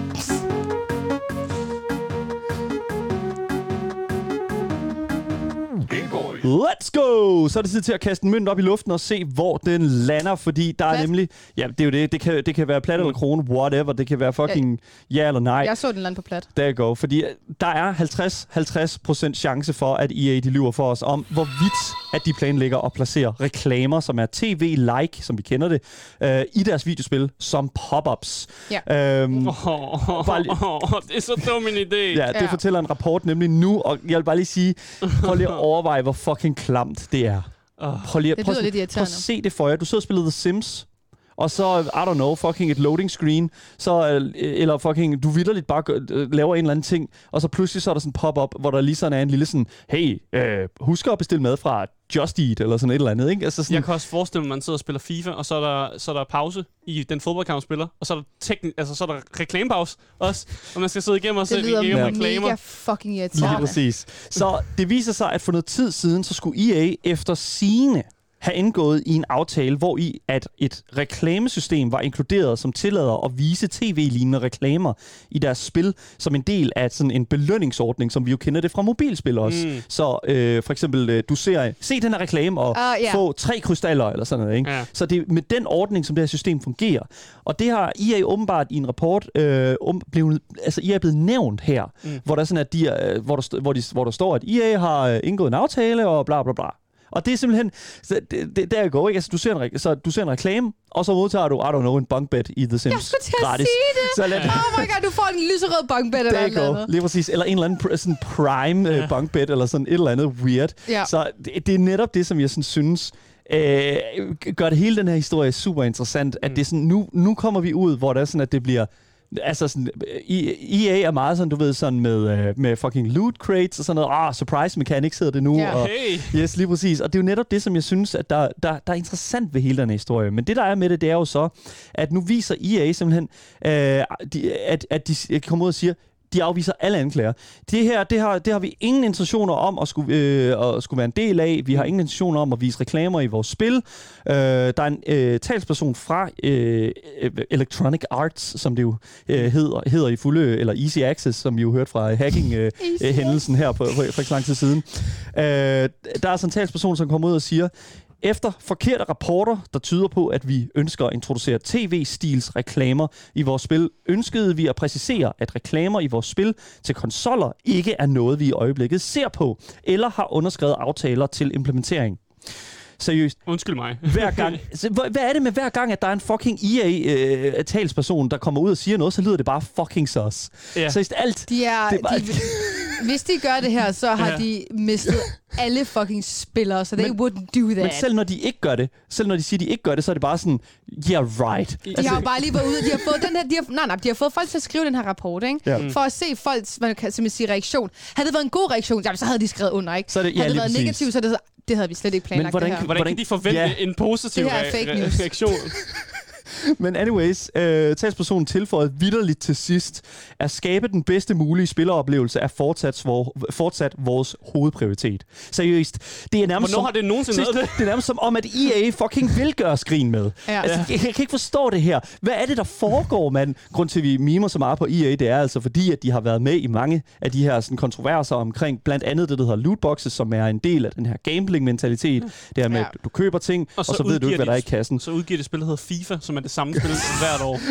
Let's go! Så er det tid til at kaste en mønt op i luften og se, hvor den lander, fordi der Plat. er nemlig... Ja, det er jo det. Det kan, det kan være plat eller krone, whatever. Det kan være fucking ja, ja eller nej. Jeg så den lande på plat. Der go. Fordi der er halvtreds halvtreds procent chance for, at E A de lyver for os om, hvorvidt at de planlægger at placere reklamer, som er tv-like, som vi kender det, øh, i deres videospil, som pop-ups. Ja. Øhm, oh, oh, oh, oh, det er så dum en idé. Ja, det ja. fortæller en rapport nemlig nu, og jeg vil bare lige sige, prøv lige at overveje, hvor fucking klamt det er. Prøv lige at, det prøv, lyder lidt irriterende. Prøv at se det for jer. Du sidder og spiller The Sims, og så, I don't know, fucking et loading screen, så, eller fucking, du vitterligt bare laver en eller anden ting, og så pludselig så er der sådan en pop-up, hvor der lige sådan er en lille sådan, hey, øh, husk at bestille mad fra Just Eat, eller sådan et eller andet, ikke? Altså sådan, jeg kan også forestille mig, at man sidder og spiller FIFA, og så er der, så er der pause i den fodboldkamp, spiller, og så er der, teknik, altså, så er der reklamepause også, og man skal sidde igennem og se igennem reklamer. Det lyder mega fucking irriterende. Lige præcis. Så det viser sig, at for noget tid siden, så skulle E A efter sigende have indgået i en aftale, hvor i at et reklamesystem var inkluderet, som tillader at vise tv-lignende reklamer i deres spil, som en del af sådan en belønningsordning, som vi jo kender det fra mobilspil også. Mm. Så øh, for eksempel, øh, du ser, se den her reklame og uh, yeah. få tre krystaller eller sådan noget. Ikke? Yeah. Så det er med den ordning, som det her system fungerer. Og det har E A åbenbart i en rapport, øh, um, blevet, altså E A er blevet nævnt her, mm. hvor der sådan at de, øh, hvor, der, hvor, de, hvor der står, at E A har øh, indgået en aftale og bla bla bla. Og det er simpelthen, det, det, der går, ikke? Altså, du ser, en, så du ser en reklame, og så modtager du, I don't know, en bunkbed i The Sims. Jeg skulle til at gratis. sige det. Så lad, oh my god, du får en lyserød bunkbed eller et eller andet. Lige præcis. Eller en eller anden sådan prime ja. uh, bunkbed, eller sådan et eller andet weird. Ja. Så det, det er netop det, som jeg sådan synes, øh, gør det hele den her historie super interessant, at mm. det er sådan, nu, nu kommer vi ud, hvor det er sådan, at det bliver... Altså sådan, E A er meget sådan, du ved, sådan med, med fucking loot crates og sådan noget. Ah, surprise mechanics hedder det nu. Yeah. Og, hey. Yes, lige præcis. Og det er jo netop det, som jeg synes, at der, der, der er interessant ved hele den her historie. Men det, der er med det, det er jo så, at nu viser E A simpelthen, øh, de, at, at de kommer ud og siger, de afviser alle anklager. Det her, det har, det har vi ingen intentioner om at skulle, øh, at skulle være en del af. Vi har ingen intentioner om at vise reklamer i vores spil. Øh, der er en øh, talsperson fra øh, Electronic Arts, som det jo øh, hedder, hedder i fulde, eller Easy Access, som vi jo hørte fra hacking-hændelsen øh, her på, for ikke så lang tid siden. Øh, der er sådan en talsperson, som kommer ud og siger, efter forkerte rapporter, der tyder på, at vi ønsker at introducere tv-stils reklamer i vores spil, ønskede vi at præcisere, at reklamer i vores spil til konsoller ikke er noget, vi i øjeblikket ser på, eller har underskrevet aftaler til implementering. Seriøst. Undskyld mig. Hver gang, hvad er det med hver gang, at der er en fucking E A-talsperson, øh, der kommer ud og siger noget, så lyder det bare fucking sus. Ja. Så alt... De er, det er bare... de, hvis de gør det her, så har ja. de mistet alle fucking spillere, så they men, wouldn't do that. Men selv når de ikke gør det, selv når de siger, de ikke gør det, så er det bare sådan, yeah, right. De altså, har jo bare lige været ude, de har fået den her, de har, nej, nej, de har fået folk til at skrive den her rapport, ikke? Ja. For at se folks, man kan simpelthen sige, reaktion. Havde det været en god reaktion, jamen, så havde de skrevet under, ikke? Så det, ja, havde det været præcis. negativt, så er det så, det havde vi slet ikke planlagt. hvordan det her. kan- Hvordan kan de forvente Ja. en positiv Det her er re- fake re- news. reaktion? Men anyways, øh, talspersonen tilføjede vitterligt til sidst, at skabe den bedste mulige spilleroplevelse er fortsat, vor, fortsat vores hovedprioritet. Seriøst. Det er nærmest Hvornår som, har det nogensinde seriøst, været det? det er nærmest som om, at E A fucking vil gøre skrin med. Ja. Altså, jeg, jeg kan ikke forstå det her. Hvad er det, der foregår, mand? Grund til, at vi mimer så meget på E A, det er altså fordi, at de har været med i mange af de her sådan, kontroverser omkring blandt andet det, der hedder lootboxes, som er en del af den her gambling-mentalitet. Det her med, Ja. at du køber ting, og så, og så ved du ikke, hvad der er i kassen. Så udgiver det spil, der hedder FIFA, som er det samme spil hvert år.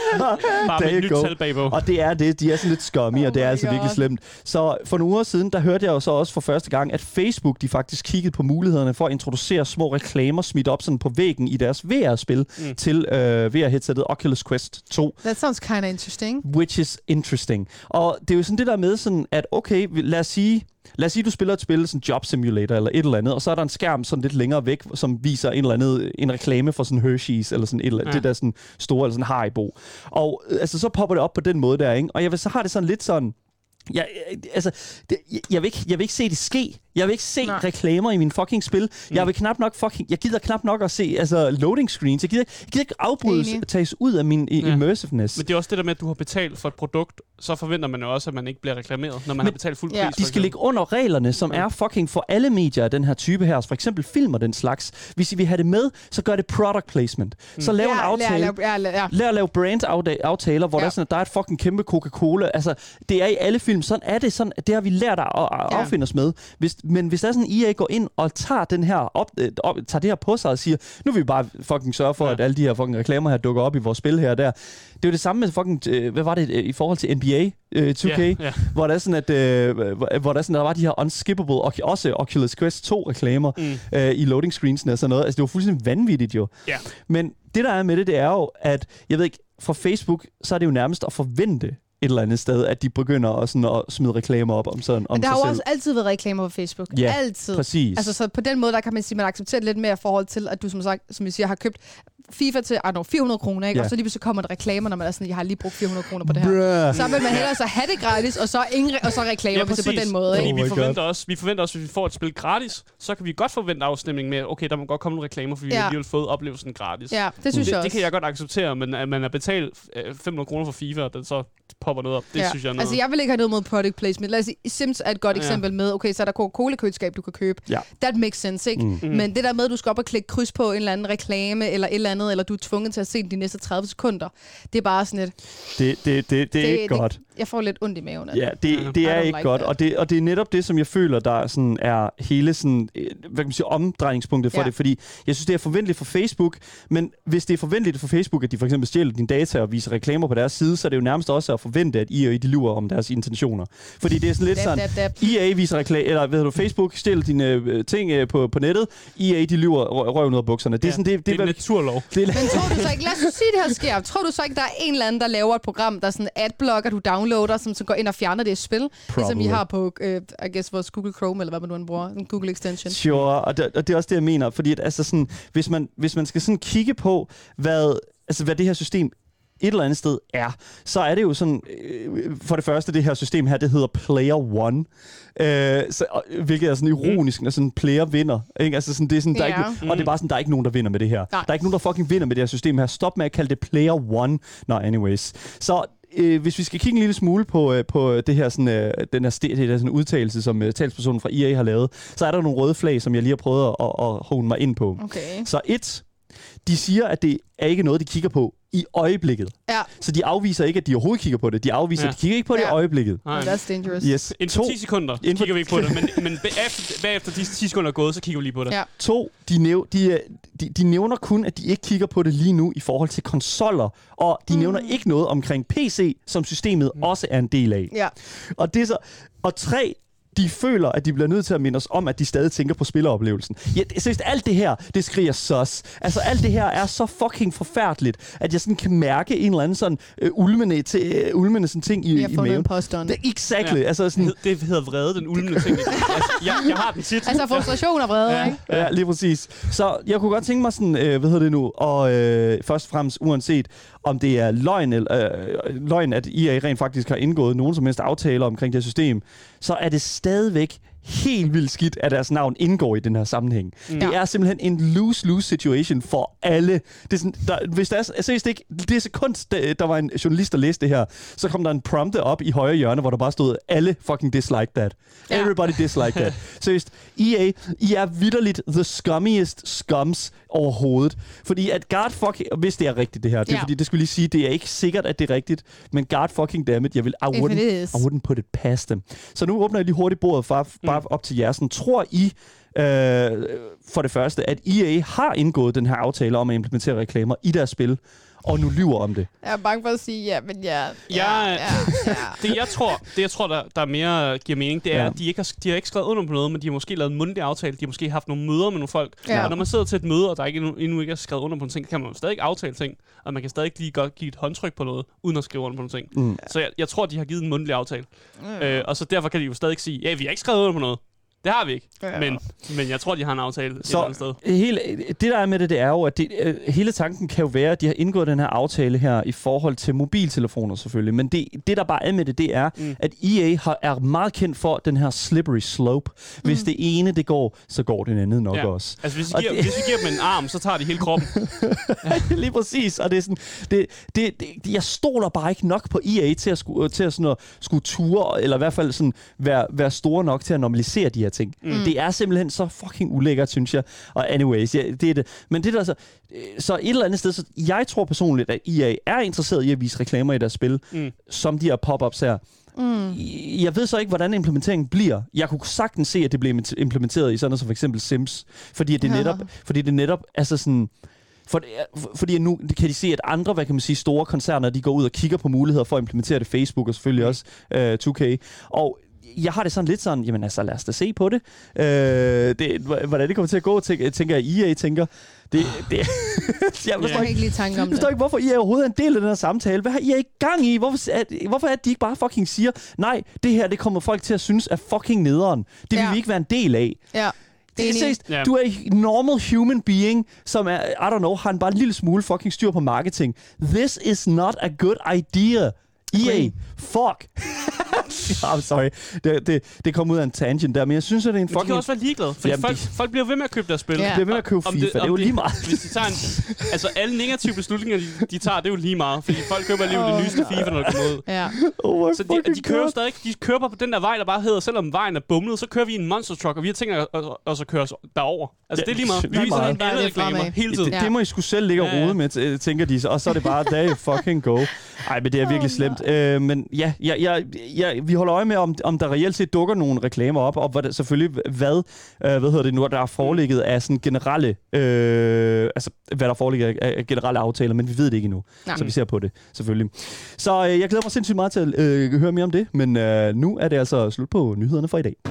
Bare med There et nyt you go. tal bagpå. Og det er det. De er sådan lidt scummy, Oh og det er my altså God. virkelig slemt. Så for nogle uger siden, der hørte jeg jo så også for første gang, at Facebook, de faktisk kiggede på mulighederne for at introducere små reklamer smidt op sådan på væggen i deres V R-spil Mm. til øh, V R-headsettet Oculus Quest to. That sounds kind of interesting. Which is interesting. Og det er jo sådan det der med sådan, at okay, lad os sige, lad os sige, du spiller et spil, sådan Job Simulator eller et eller andet, og så er der en skærm sådan lidt længere væk, som viser en eller anden, en reklame for sådan Hershey's, eller sådan et eller andet, Ja. det der sådan store, eller sådan Haribo. Og øh, altså, så popper det op på den måde der, ikke? Og jeg vil, så har det sådan lidt sådan, jeg, altså, det, jeg, jeg, vil ikke, jeg vil ikke se det ske. Jeg vil ikke se Nej. reklamer i min fucking spil. Mm. Jeg vil knap nok fucking... Jeg gider knap nok at se altså, loading screens. Jeg gider, jeg gider ikke afbrydes, Enig. tages ud af min i, Ja. immersiveness. Men det er også det der med, at du har betalt for et produkt, så forventer man jo også, at man ikke bliver reklameret, når man Men- har betalt fuld pris. Ja. for De skal eksempel. ligge under reglerne, som er fucking for alle medier af den her type her. For eksempel film og den slags. Hvis I vil have det med, så gør det product placement. Mm. Så lav en aftale. Ja, ja, ja, ja. Lær at lave brand-aftaler, hvor ja. Ja. der er sådan, at der er et fucking kæmpe Coca-Cola. Altså, det er i alle film. Sådan er det. Sådan, det har vi lært at, at Ja. affinde os med. Hvis, men hvis der er sådan, E A går ind og tager, den her op, øh, op, tager det her på sig og siger, nu vil vi bare fucking sørge for, ja. Ja. at alle de her fucking reklamer her dukker op i vores spil her og der. Det er jo det samme med fucking, øh, hvad var det øh, i forhold til N B A øh, to K? Ja, ja. Hvor der er sådan, at øh, hvor, hvor der, er sådan, der var de her unskippable, og også Oculus Quest to reklamer Mm. øh, i loading screensene og sådan noget. Altså, det var fuldstændig vanvittigt jo. Ja. Men det, der er med det, det er jo, at jeg ved ikke, for Facebook, så er det jo nærmest at forvente et eller andet sted, at de begynder at, sådan, at smide reklamer op om, sådan, om Men der sig har jo selv. også altid været reklamer på Facebook. Ja, altid. Præcis. Altså, så på den måde, der kan man sige, at man accepterer det lidt mere i forhold til, at du, som sagt, som jeg siger, har købt FIFA til, I don't know, fire hundrede kroner, ikke? Ja. Og så lige pludselig kommer der reklamer, når man er sådan, jeg har lige brugt fire hundrede kroner på det her. Bruh. Så vil man hellere så have det gratis, og så, ingen, re- og så reklamer på det på den måde, Fordi ikke? Oh vi, my forventer også, vi forventer også, hvis vi får et spil gratis, så kan vi godt forvente afstemning med, okay, der må godt komme nogle reklamer, fordi ja. vi Ja. har alligevel fået oplevelsen gratis. Ja, det synes det, jeg også. det kan jeg godt acceptere, men at man har betalt øh, fem hundrede kroner for FIFA, og den så popper noget op, det ja. synes jeg er noget. Altså, jeg vil ikke have noget mod product placement. Lad os sige, Sims er et godt Ja. eksempel med, okay, så er der Coca-Cola-køleskab, du kan købe. Ja. That makes sense, ikke? Mm. Mm. Men det der med, at du skal op og klikke kryds på en eller anden reklame, eller et eller andet, eller du er tvunget til at se den de næste tredive sekunder, det er bare sådan et... Det, det, det, det er ikke godt. Det, jeg får lidt ondt i maven af Ja, det. det, det I er don't ikke like godt, that. og det, og det er netop det, som jeg føler, der sådan er hele sådan, øh, hvad kan man sige, omdrejningspunktet for Ja. det, fordi jeg synes, det er forventeligt for Facebook, men hvis det er forventeligt for Facebook, at de for eksempel stjæler dine data og viser reklamer på deres side, så er det jo nærmest også at forvente, at E A de lyver om deres intentioner. Fordi det er sådan lidt Dab, sådan, dab, dab. E A viser reklame, eller hvad hedder du, Facebook stjæler dine øh, ting øh, på, på nettet, E A de lyver rø- røven ud af bukserne. Det er Ja, sådan, det, det, det er hvad en vi- naturlov. det er, Men tror du så ikke, lad os sige, det her sker. Tror du så ikke, der er en eller anden, der laver et program, der er sådan adblocker, du downloader, som så går ind og fjerner det spil? Ligesom I har på, uh, I guess, vores Google Chrome, eller hvad man nu end bruger, en Google extension. Sure, og det, og det er også det, jeg mener. Fordi at, altså sådan, hvis, man, hvis man skal sådan kigge på, hvad, altså, hvad det her system et eller andet sted er, så er det jo sådan, øh, for det første, det her system her, det hedder Player One, øh, så, og, hvilket er sådan ironisk, når sådan player vinder. Ikke? Altså sådan, det er sådan, der er Ja. ikke, og det er bare sådan, der er ikke nogen, der vinder med det her. Nej. Der er ikke nogen, der fucking vinder med det her system her. Stop med at kalde det Player One. Nå, anyways. Så øh, hvis vi skal kigge en lille smule på, øh, på det her, sådan, øh, den her, st- det her sådan udtalelse, som øh, talspersonen fra E A har lavet, så er der nogle røde flag, som jeg lige har prøvet at, at, at hone mig ind på. Okay. Så et, de siger, at det er ikke noget, de kigger på i øjeblikket. Ja, Så de afviser ikke, at de overhovedet kigger på det. De afviser, Ja. at de kigger ikke på det i Ja. øjeblikket. Nej. that's dangerous. Yes. Inden for To, ti sekunder Inden for- kigger vi ikke på det, men, men bagefter, bagefter de ti sekunder er gået, så kigger vi lige på det. Ja. to de, næv- de, øh, de, de nævner kun, at de ikke kigger på det lige nu i forhold til konsoller, og de mm. nævner ikke noget omkring P C, som systemet mm. også er en del af. Ja. Og det er så, og tre, de føler, at de bliver nødt til at minde os om, at de stadig tænker på spilleroplevelsen. Ja, det- seriøst, alt det her, det skriger sus. Altså, alt det her er så fucking forfærdeligt, at jeg sådan kan mærke en eller anden sådan øh, ulmende, til, øh, ulmende sådan ting i, Vi har i fundet maven. en påstand. Det, exactly. Ja. Altså, sådan, Det hedder vrede, den ulmende ting. Altså, jeg, jeg har den tit. Altså frustration og vrede, Ja. ikke? Ja, lige præcis. Så jeg kunne godt tænke mig sådan, øh, hvad hedder det nu, og øh, først og fremmest uanset, om det er løgn, eller, øh, løgn, at E A rent faktisk har indgået nogen som helst aftaler omkring det her system, så er det stadigvæk helt vildt skidt, at deres navn indgår i den her sammenhæng. Mm. Det er simpelthen en lose-lose situation for alle. Det er sådan, der, hvis der er, seriøst ikke, det sekund, der, der var en journalist, der læste det her, så kom der en prompt op i højre hjørne, hvor der bare stod, alle fucking dislike that. Ja. Everybody dislike that. Seriøst, E A, I er vitterligt the scummiest scums overhovedet. Fordi at god fucking, hvis det er rigtigt det her, det er ja. fordi, det skulle lige sige, det er ikke sikkert, at det er rigtigt, men god fucking dammit, jeg vil, I wouldn't, I wouldn't put it past them. Så nu åbner jeg lige hurtigt bordet for, bare op til jer. Sådan, tror I, øh, for det første, at E A har indgået den her aftale om at implementere reklamer i deres spil, og nu lyver om det? Jeg er bange for at sige ja, men ja. ja, ja, ja. Det jeg tror, det jeg tror der, der mere giver mening, det er, ja. at de ikke har, de har ikke skrevet under på noget, men de har måske lavet en mundtlig aftale. De har måske haft nogle møder med nogle folk. Ja. Og når man sidder til et møde, og der ikke endnu, endnu ikke er skrevet under på en ting, kan man jo stadig aftale ting, og man kan stadig lige godt give et håndtryk på noget, uden at skrive under på nogle ting. Mm. Så jeg, jeg tror, de har givet en mundtlig aftale. Mm. Øh, og så derfor kan de jo stadig sige, ja, vi har ikke skrevet under på noget. Det har vi ikke, ja. men, men jeg tror, de har en aftale et eller andet sted. Hele, det der er med det, det er jo, at det, øh, hele tanken kan jo være, at de har indgået den her aftale her i forhold til mobiltelefoner selvfølgelig. Men det, det der bare er med det, det er, mm. at E A har, er meget kendt for den her slippery slope. Hvis mm. det ene det går, så går det andet nok ja. også. Altså hvis vi, giver, det... hvis vi giver dem en arm, så tager de hele kroppen. Lige præcis. Og det er sådan, det, det, det, jeg stoler bare ikke nok på E A til at skulle, til at sådan at skulle ture, eller i hvert fald sådan være, være store nok til at normalisere de her ting. Mm. Det er simpelthen så fucking ulækkert, synes jeg. Og anyways, ja, det er det. Men det der så, så et eller andet sted, så jeg tror personligt, at E A er interesseret i at vise reklamer i deres spil, mm. som de her pop-ups her. Mm. Jeg ved så ikke, hvordan implementeringen bliver. Jeg kunne sagtens se, at det bliver implementeret i sådan noget som for eksempel Sims, fordi det netop, ja. fordi det netop altså sådan. For, fordi nu kan de se, at andre, hvad kan man sige, store koncerner, de går ud og kigger på muligheder for at implementere det. Facebook og selvfølgelig også uh, to K. Og jeg har det sådan lidt sådan, jamen altså, lad os da se på det. Øh, det hvordan det kommer til at gå, tænker jeg, E A tænker. Det, det, jeg forstår yeah. ikke lige tanke om det. Jeg forstår ikke, hvorfor E A overhovedet er en del af den her samtale. Hvad har E A i gang i? Hvorfor er, hvorfor er det, de ikke bare fucking siger, nej, det her, det kommer folk til at synes er fucking nederen. Det vil ja. vi ikke være en del af. Ja. Det er seriøst, yeah. Du er en normal human being, som er, I don't know, har en bare en lille smule fucking styr på marketing. This is not a good idea. E A, fuck. I'm sorry. Det, det, det kom ud af en tangent der, men jeg synes, at det er en fucking... Men de kan også være ligeglade, fordi Jamen, folk, de... folk bliver ved med at købe deres spil. Ja. De bliver ved med at købe FIFA, det, det er jo de, lige meget. Hvis de tager en, altså, alle negative beslutninger, de, de tager, det er jo lige meget, fordi folk køber alligevel oh, det nyeste FIFA, når det kommer ud. Ja. Oh så de, de kører stadig, de kører på den der vej, der bare hedder, selvom vejen er bumlet, så kører vi en monster truck, og vi har tænkt os at køre os derover. Altså, ja, det er lige meget. Vi viser helt alle reklamer hele tiden. Det, det må I sgu selv ligge og rode med, tænker de, og så er det bare, there fucking go. Ej, men det er virkelig slemt. Øh, men ja, ja, ja, ja, vi holder øje med, om, om der reelt set dukker nogle reklamer op, og hvad der, selvfølgelig, hvad, øh, hvad hedder det nu, der er foreligget af sådan generelle, øh, altså, hvad der foreligger af, af generelle aftaler, men vi ved det ikke endnu. Nej. Så vi ser på det, selvfølgelig. Så øh, jeg glæder mig sindssygt meget til at øh, høre mere om det, men øh, nu er det altså slut på nyhederne for i dag.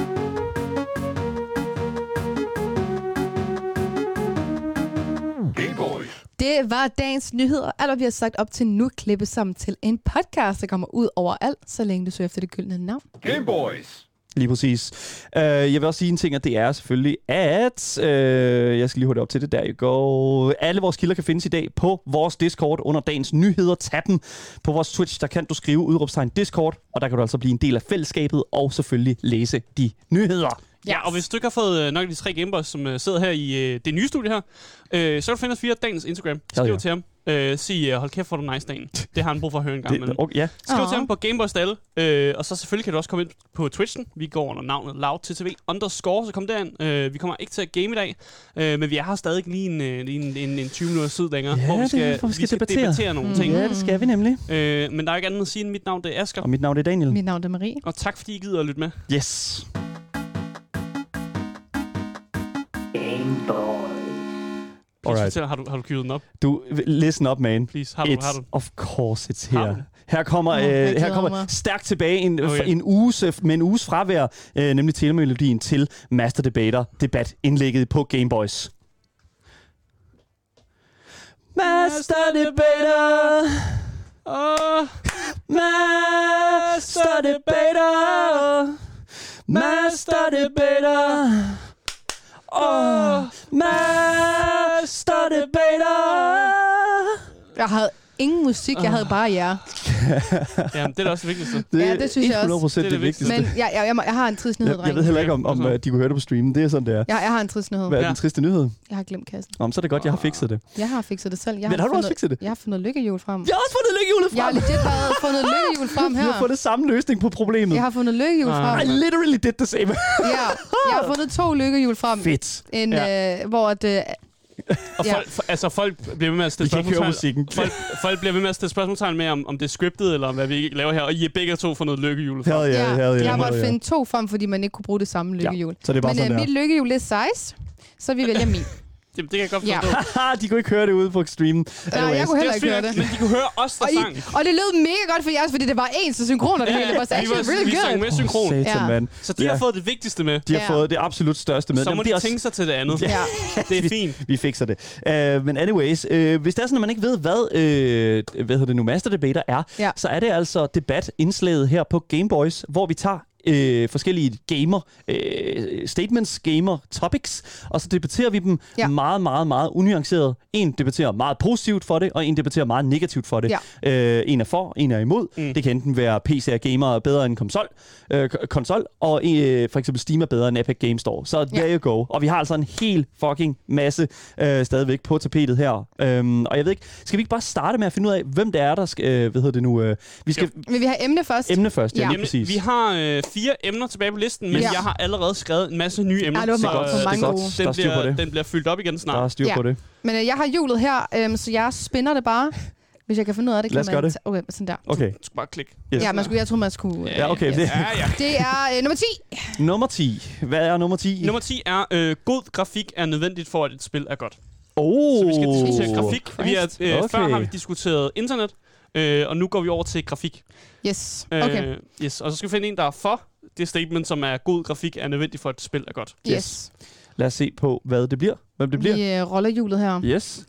Det var dagens nyheder. Alt, hvad vi har sagt op til nu, klippes sammen til en podcast, der kommer ud overalt, så længe du søger efter det gyldne navn. Game Boys. Lige præcis. Uh, jeg vil også sige en ting, og det er selvfølgelig, at... Uh, jeg skal lige hurtigt op til det. Der you go. Alle vores kilder kan findes i dag på vores Discord under dagens nyheder. Tag den. På vores Twitch, der kan du skrive udråbstegn Discord, og der kan du altså blive en del af fællesskabet, og selvfølgelig læse de nyheder. Ja, og hvis du ikke har fået øh, nok af de tre Gameboys, som øh, sidder her i øh, det nye studie her, øh, så kan du finde os via dagens Instagram. Skriv ja, ja. til ham. Øh, sig, øh, hold kæft, hvor du nice dagen. Det har han brug for at høre en gang. Det, okay, ja. Skriv uh-huh. til ham på Gameboys Dalle. Øh, og så selvfølgelig kan du også komme ind på Twitchen. Vi går under navnet LoudTTV underscore, så kom derind. Øh, vi kommer ikke til at game i dag, øh, men vi har stadig lige en, en, en, en, en tyve minutter tid længere, ja, hvor vi skal, det, hvor vi skal, vi skal debattere. debattere nogle mm. ting. Ja, det skal vi nemlig. Øh, men der er ikke andet at sige, end mit navn det er Asger. Og mit navn er Daniel. Mit navn er Marie. Og tak fordi I gider at lytte med. Yes. Please fortæl, har du, har du queued den op? Du, listen up, man. Please, har du, it's, har du? Of course it's here. Her kommer, oh, øh, her kommer stærkt tilbage en, okay. en uges, med en uges fravær, øh, nemlig telemelodien til Master Debater, debatindlægget på Gameboys. Master Debater, oh. Master Debater, Master Debater. Oh, Master Debater. Jeg havde ingen musik, jeg havde bare jer. Ja, det er da også det vigtigste. Det Ja, det synes jeg også. hundrede procent det, Det er det det vigtigste. Men jeg, jeg, jeg, jeg har en trist nyhed, jeg, jeg ved heller ikke, om, om uh, de kunne høre det på streamen. Det er sådan, det er. Jeg, jeg har en trist nyhed. Hvad er Ja. den triste nyhed? Jeg har glemt kassen. Nå, men så er det godt, jeg har fikset det. Jeg har fikset det selv. Jeg Men har du fundet, også fikset det? Jeg har fundet lykkehjul frem. Jeg har også fundet lykkehjulet Jeg har frem! legit været fundet lykkehjul frem Vi her. har fundet samme løsning på problemet. Jeg har fundet lykkehjul Ah. frem. I literally did the same. Ja, jeg har fundet to lykkehjul frem. Fedt. En, Ja. øh, hvor at, øh, Og Ja. folk, for, altså, folk bliver ved med at stille Vi kan ikke høre spørgsmålstegn. musikken. Folk, folk bliver ved med at stille spørgsmålstegn med, om, om det er scriptet, eller hvad vi laver her. Og I er begge to for noget lykkehjul. Hell yeah, hell yeah, jeg har måttet hell yeah. finde to frem, fordi man ikke kunne bruge det samme lykkehjul. Så det er bare Men sådan, øh, der. mit lykkehjul er size, så vi vælger min. Jamen, det kan jeg godt Ja. forstå. Haha, de kunne ikke høre det ude på streamen. Nej, jeg kunne heller ikke høre det. Men de kunne høre os, der Og, sang. I, og det lød mega godt for jeres, fordi det var ens så synkron, og det hele. Det var vi, actually var, really vi sang good. med synkron. Satan, Ja. mand. Så de Ja. har fået det vigtigste med. De har Ja. fået det absolut største med. Så må Jamen, de det er også- tænke sig til det andet. Ja. Det er fint. Vi fikser det. Uh, men anyways, uh, hvis det er sådan, at man ikke ved, hvad, uh, hvad hedder det nu, Master Debater er, Ja. så er det altså debatindslaget her på Gameboys, hvor vi tager øh, forskellige gamer øh, statements, gamer topics, og så debatterer vi dem Ja. meget, meget, meget unuanceret. En debatterer meget positivt for det, og en debatterer meget negativt for det. Ja. Øh, en er for, en er imod. Mm. Det kan enten være P C og gamer er bedre end konsol, øh, k- konsol og øh, for eksempel Steam er bedre end Epic Games Store. Så there Ja. you go. Og vi har altså en hel fucking masse øh, stadigvæk på tapetet her. Øhm, og jeg ved ikke, skal vi ikke bare starte med at finde ud af, hvem det er, der skal, øh, hvad hedder det nu? Øh, vi skal Men vi har emne først. emne først, ja, Ja. lige Jamen, præcis. vi har øh, fire emner tilbage på listen, men Ja. jeg har allerede skrevet en masse nye emner. Ja, det var så, meget- øh, for mange det er godt. gode. Der er Den styr på bliver, det. den bliver fyldt op igen Der er snart. styr Ja. på det. Men øh, jeg har hjulet her, øhm, så jeg spinner det bare. Hvis jeg kan finde ud af det, kan Lad os man... gøre det. ta- Okay, sådan der. Okay. Du skal bare klikke. Yes. Ja, man skulle, jeg troede, man skulle... Ja, okay. yes. Det. Ja, ja. Det er øh, nummer ti. Nummer ti. Hvad er nummer ti? Nummer ti er, øh, god grafik er nødvendigt for, at et spil er godt. Oh. Så vi skal diskutere grafik. Vi er, øh, Okay. Før har vi diskuteret internet, øh, og nu går vi over til grafik. Yes. Okay. Øh, yes. Og så skal vi finde en, der er for det statement, som er, god grafik er nødvendigt for, at et spil er godt. Yes. Lad os se på, hvad det bliver. Hvem det bliver. Vi øh, roller hjulet her. Yes.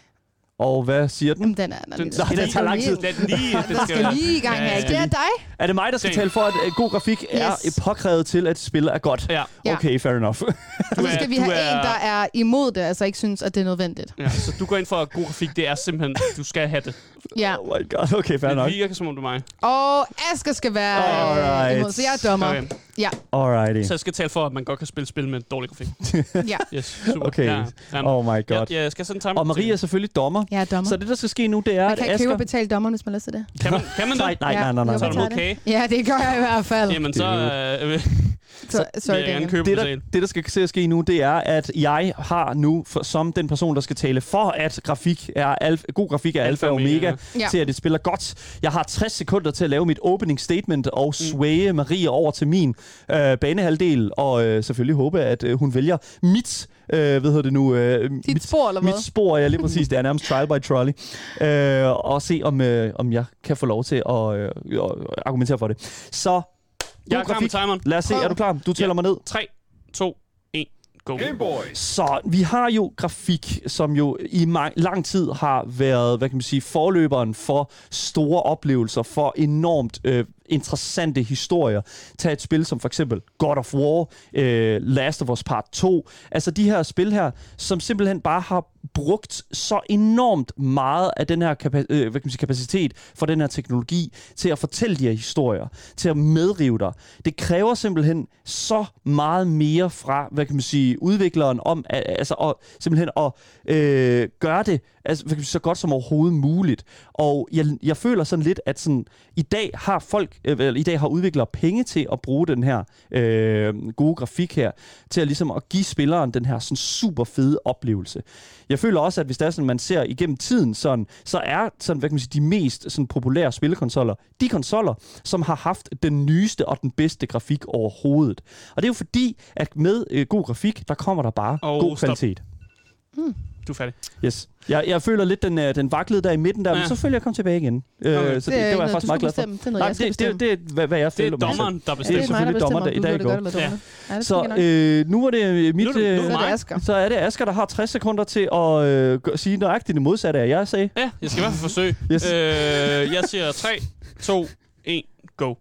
Og hvad siger den? Jamen, den er... Den, Den, den, Nej, det tager lang tid. Den, lige, den den skal lige i gang her. Ja, Det er dig. Er det mig, der skal Same. tale for, at øh, god grafik er Yes. påkrævet til, at spillet er godt? Ja. Ja. Okay, fair enough. Og så er- skal vi du have er- en, der er imod det, altså ikke synes, at det er nødvendigt. ja, så du går ind for, at god grafik, det er simpelthen, du skal have det. Ja. Oh my god, okay, fair Det nok. virker som om du er mig. Og Asger skal være Alright. øh, imod, så jeg er dommer. Okay. Ja, Alrighty. Så jeg skal tale for, at man godt kan spille spil med dårlig grafik. ja. Yes, super. Okay. Ja, ja. Oh my god. Ja, ja, jeg skal sådan en timer. Og Marie er selvfølgelig dommer. Jeg er dommer. Så det, der skal ske nu, det er, Man at kan købe Asger... og betale dommeren, hvis man læser det. Kan man, kan man det? Nej, nej, nej, nej, nej. Ja, Så er jo, du jeg tager okay? det. Ja, det gør jeg i hvert fald. Jamen, så øh, Så, sorry, vil jeg gerne Daniel. købe Det det, der, det, der skal se at ske nu, det er, at jeg har nu, for, som den person, der skal tale for, at grafik er alf, god grafik er alfa og omega, Ja. til at det spiller godt. Jeg har tres sekunder til at lave mit opening statement og swaye Marie over til min øh, banehalvdel, og øh, selvfølgelig håbe, at øh, hun vælger mit, øh, hvad hedder det nu? Øh, Dit mit, spor, eller hvad? mit spor, ja, lige præcis. Det er nærmest trial by trolley. Øh, og se, om, øh, om jeg kan få lov til at øh, argumentere for det. Så, Jeg er god klar med grafik. timeren. Lad os se, Prøv. er du klar? Du tæller Ja. mig ned. tre, to, et, go. Game Boys. Så vi har jo grafik, som jo i ma- lang tid har været, hvad kan man sige, forløberen for store oplevelser, for enormt øh, interessante historier. Tag et spil som for eksempel God of War, øh, Last of Us Part to. Altså de her spil her, som simpelthen bare har brugt så enormt meget af den her kapa- øh, hvad kan man sige, kapacitet for den her teknologi til at fortælle de her historier, til at medrive dig. Det kræver simpelthen så meget mere fra, hvad kan man sige, udvikleren om, at, altså at, simpelthen at øh, gøre det altså, hvad kan man sige, så godt som overhovedet muligt. Og jeg, jeg føler sådan lidt, at sådan, i dag har folk, øh, eller i dag har udviklere penge til at bruge den her øh, gode grafik her, til at ligesom at give spilleren den her sådan super fede oplevelse. Jeg føler også, at hvis det er sådan, man ser igennem tiden, sådan, så er sådan, hvad kan man sige, de mest sådan, populære spillekonsoller, de konsoller, som har haft den nyeste og den bedste grafik overhovedet. Og det er jo fordi, at med øh, god grafik, der kommer der bare Og god stop. kvalitet. Du er færdig. Yes. Jeg, jeg føler lidt, den, øh, den vaklede der i midten der, ja. Ja. Men så føler jeg kom tilbage igen. Øh, Okay. så det, det, det var jeg faktisk meget glad for. Det er noget, Nej, jeg skal det, bestemme. det, det, det er, hvad, hvad jeg Det føler er dommeren, der Ja, bestemmer. det er det er mig, der selvfølgelig dommer, bestemmer, der- om du der gjorde det går. godt eller dårligt. Ja, det Så skal nok. øh, nu er det mit... Nu er det- nu er øh, det Så er det mig. Asger. så er det Asger, der har tres sekunder til at øh, g- sige nøjagtigt det modsatte af, jeg sagde. Ja, jeg skal i hvert fald forsøge. Yes. Øh, jeg siger tre, to, et, go.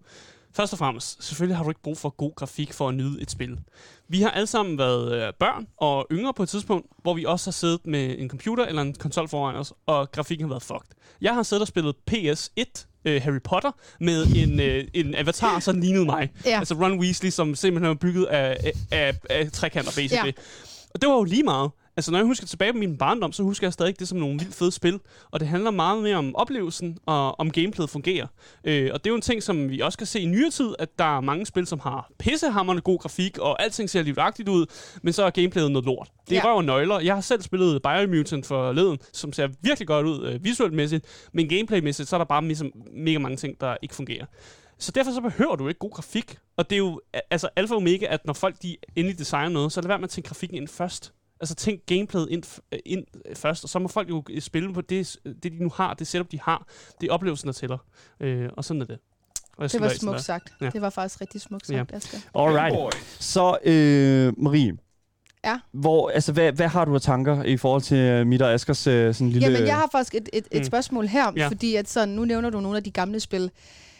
Først og fremmest, selvfølgelig har du ikke brug for god grafik for at nyde et spil. Vi har alle sammen været øh, børn og yngre på et tidspunkt, hvor vi også har siddet med en computer eller en konsol foran os, og grafikken har været fucked. Jeg har siddet og spillet P S et, øh, Harry Potter, med en, øh, en avatar, som lignede mig. Ja. Altså Ron Weasley, som simpelthen var bygget af, af, af, af trekanter, basically. Ja. Og det var jo lige meget. Altså, når jeg husker tilbage på min barndom, så husker jeg stadig det som nogle vildt fede spil. Og det handler meget mere om oplevelsen og om gameplayet fungerer. Øh, og det er jo en ting, som vi også kan se i nyere tid, at der er mange spil, som har pissehammerende god grafik, og alting ser livagtigt ud, men så er gameplayet noget lort. Det er Ja. røv og nøgler. Jeg har selv spillet Biomutant for leden, som ser virkelig godt ud øh, visuelt mæssigt, men gameplaymæssigt, så er der bare ligesom mega mange ting, der ikke fungerer. Så derfor så behøver du ikke god grafik. Og det er jo altså alfa og omega, at når folk de endelig designer noget, så lad være med at tænke grafikken ind først. Altså tænk gameplayet ind, ind først, og så må folk jo spille på det, det de nu har, det setup, de har. Det er oplevelsen, der tæller. Øh, og sådan er det. Og Det var smukt sagt. Ja. Det var faktisk rigtig smukt sagt, Ja. Asger. Alright. Boys. Så, øh, Marie. Ja. Hvor, altså, hvad, hvad har du af tanker i forhold til mit og Askers øh, sådan lille... Jamen, jeg har faktisk et, et, et Mm. spørgsmål her, Ja. fordi at sådan, nu nævner du nogle af de gamle spil.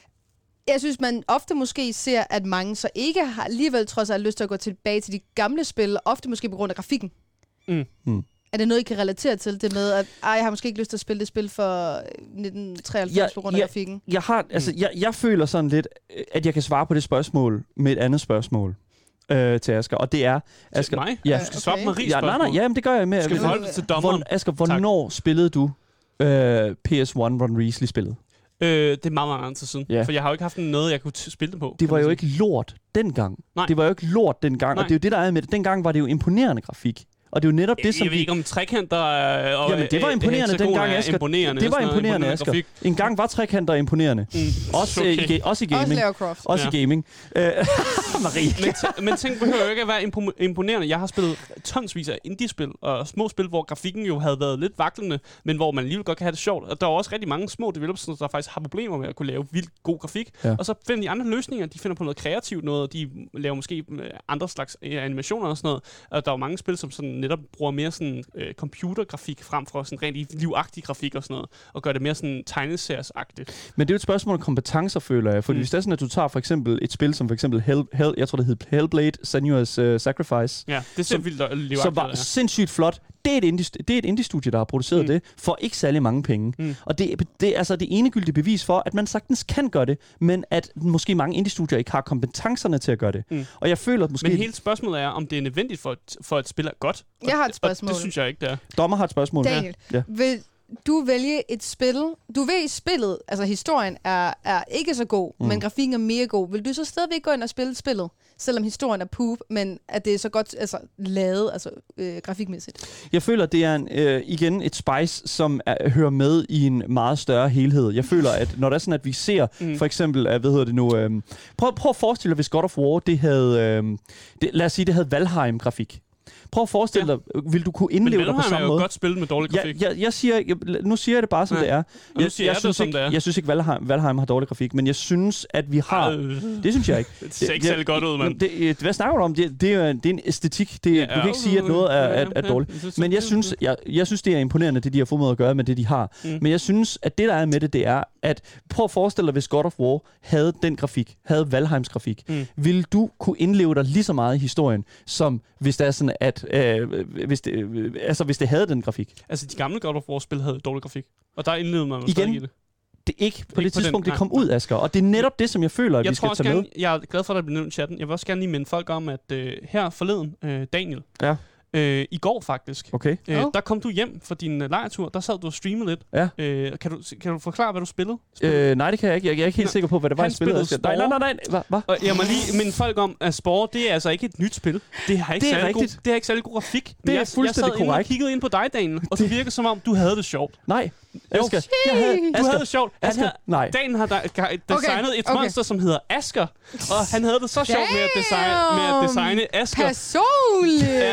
Jeg synes, man ofte måske ser, at mange så ikke har alligevel trods alt lyst til at gå tilbage til de gamle spil, ofte måske på grund af grafikken. Mm. Mm. Er det noget, I kan relatere til det med, at ej, jeg har måske ikke lyst til at spille det spil for nitten treoghalvfems Ja, på grund af ja. grafikken? Jeg har, altså, jeg, jeg føler sådan lidt, at jeg kan svare på det spørgsmål med et andet spørgsmål øh, til Asger, og det er... Asger, mig? Ja. Du skal svare på Okay. Maries Ja, nej, nej, spørgsmål. ja, men det gør jeg med. Du skal Hvor- forholde dig til dommeren. Hvor, Asger, hvornår spillede du øh, P S et Ron Weasley-spillet? Øh, det er meget, meget lang tid siden. Ja. For jeg har jo ikke haft noget, jeg kunne t- spille det på. Det kan var man jo sige. ikke lort dengang. Nej. Det var jo ikke lort dengang, Nej. og det er jo det, der er med det. Dengang var det jo imponerende grafik. Og det er jo netop det, Jeg, som jeg ved vi... ikke om trekanter øh, og Jamen, det var øh, imponerende hexagoner dengang, er Asger. imponerende. Det var og sådan noget, imponerende, Asger. grafik. En gang var trekanter imponerende. Mm. Også, Okay. i, ga- også i Også gaming. Lara Croft. Også Ja. i gaming. Øh, Marie. Men, t- men ting behøver jo ikke at være impo- imponerende. Jeg har spillet tonsvis af indie-spil og små spil, hvor grafikken jo havde været lidt vaklende, men hvor man alligevel godt kan have det sjovt. Og der er også rigtig mange små developers, der faktisk har problemer med at kunne lave vildt god grafik. Ja. Og så finder de andre løsninger. De finder på noget kreativt noget, og de laver måske øh, andre slags øh, animationer og sådan noget. Og der er jo mange spil, som sådan netop bruger mere sådan øh, computergrafik frem for sådan rent livagtig grafik og sådan noget, og gør det mere sådan tegneseriesagtigt. Men det er jo et spørgsmål om kompetencer, føler jeg. Fordi Mm. hvis det er sådan, at du tager for eksempel et spil som for eksempel Hell, Hell, jeg tror det hed Hellblade, Senua's uh, Sacrifice, Ja, det ser Som- vildt øh, livagtigt som var ud, ja. sindssygt flot. Det er et indie, det er et indie-studie, der har produceret Mm. mm. det, for ikke særlig mange penge. Mm. Og det, det er altså det enegyldige bevis for, at man sagtens kan gøre det, men at måske mange indie-studier ikke har kompetencerne til at gøre det. Mm. Og jeg føler at måske... Men hele spørgsmålet er, om det er nødvendigt for, at- for at spil er godt. Og Jeg har et det- spørgsmål. Og det synes jeg ikke, det er. Dommer har et spørgsmål. Daniel, Ja. vil du vælge et spil? Du ved, spillet, altså historien er, er ikke så god, mm. men grafikken er mere god. Vil du så stadigvæk gå ind og spille spillet, selvom historien er poop, men at det er så godt altså, lavet, altså øh, grafikmæssigt? Jeg føler, det er en, øh, igen et spice, som er, hører med i en meget større helhed. Jeg føler, at når det er sådan, at vi ser Mm. for eksempel, øh, hvad hedder det nu, øh, prøv, prøv at forestille dig, hvis God of War, det havde, øh, det, lad os sige, det havde Valheim-grafik. Prøv at forestille Ja. dig, vil du kunne Men indleve dig på Valheim er samme jo måde? godt spillet med dårlig Ja, grafik. jeg, jeg siger, jeg, nu siger jeg det bare, som Ja. det er. Og nu Jeg, siger jeg, jeg det, synes som ikke, det er. jeg synes ikke, Valheim, Valheim har dårlig grafik, men jeg synes, at vi har... Øh, Det synes jeg ikke. det ser ikke særlig godt ud, mand. Det, det, hvad snakker du om? Det, det, er, det er en æstetik. Det, Ja, du kan ja. ikke sige, at noget er, er, er Ja, dårligt. det synes Men jeg synes, jeg, jeg synes, det er imponerende, det de har fået med at gøre med det, de har. Mm. Men jeg synes, at det, der er med det, det er, at prøv at forestille dig, hvis God of War havde den grafik, havde Valheims grafik, Mm. ville du kunne indleve dig lige så meget i historien, som hvis det er sådan, at øh, hvis, det, øh, altså, hvis det havde den grafik. Altså, de gamle God of War-spil havde dårlig grafik. Og der indlevede man jo Igen, stadig i det. Det er ikke på Ikke det på den- tidspunkt, det nej, kom nej. ud, Asger. Og det er netop det, som jeg føler, at Jeg vi tror skal også tage med. gerne, jeg er glad for, at der bliver nævnt i chatten. Jeg vil også gerne lige minde folk om, at øh, her forleden, øh, Daniel, Ja. øh, i går faktisk, Okay. øh, Oh. der kom du hjem fra din øh, lejretur. Der sad du og streamede lidt. Ja. Øh, kan, du, kan du forklare, hvad du spillede? spillede? Øh, nej, det kan jeg ikke. Jeg, jeg er ikke helt Nå, sikker på, hvad det var, han jeg spillede. spillede Asger. Nej, nej, Spore. nej, nej. Hva? Hva? Og jeg må lige minde folk om, at Spore, det er altså ikke et nyt spil. Det har ikke, Det er særlig, god, rigtigt. det har ikke særlig god grafik. Men Det er jeg, fuldstændig jeg sad inde og korrekt. kiggede ind på dig, Daniel, og det virker som om, du havde det sjovt. Nej. Jo. Asger, jeg havde, Du Asger, havde det sjovt. Han Asger, havde, nej. Daniel har da- ga- designet et okay. monster, som hedder Asger. Og han havde det så sjovt med at, design, med at designe Asger. Personligt! Ja.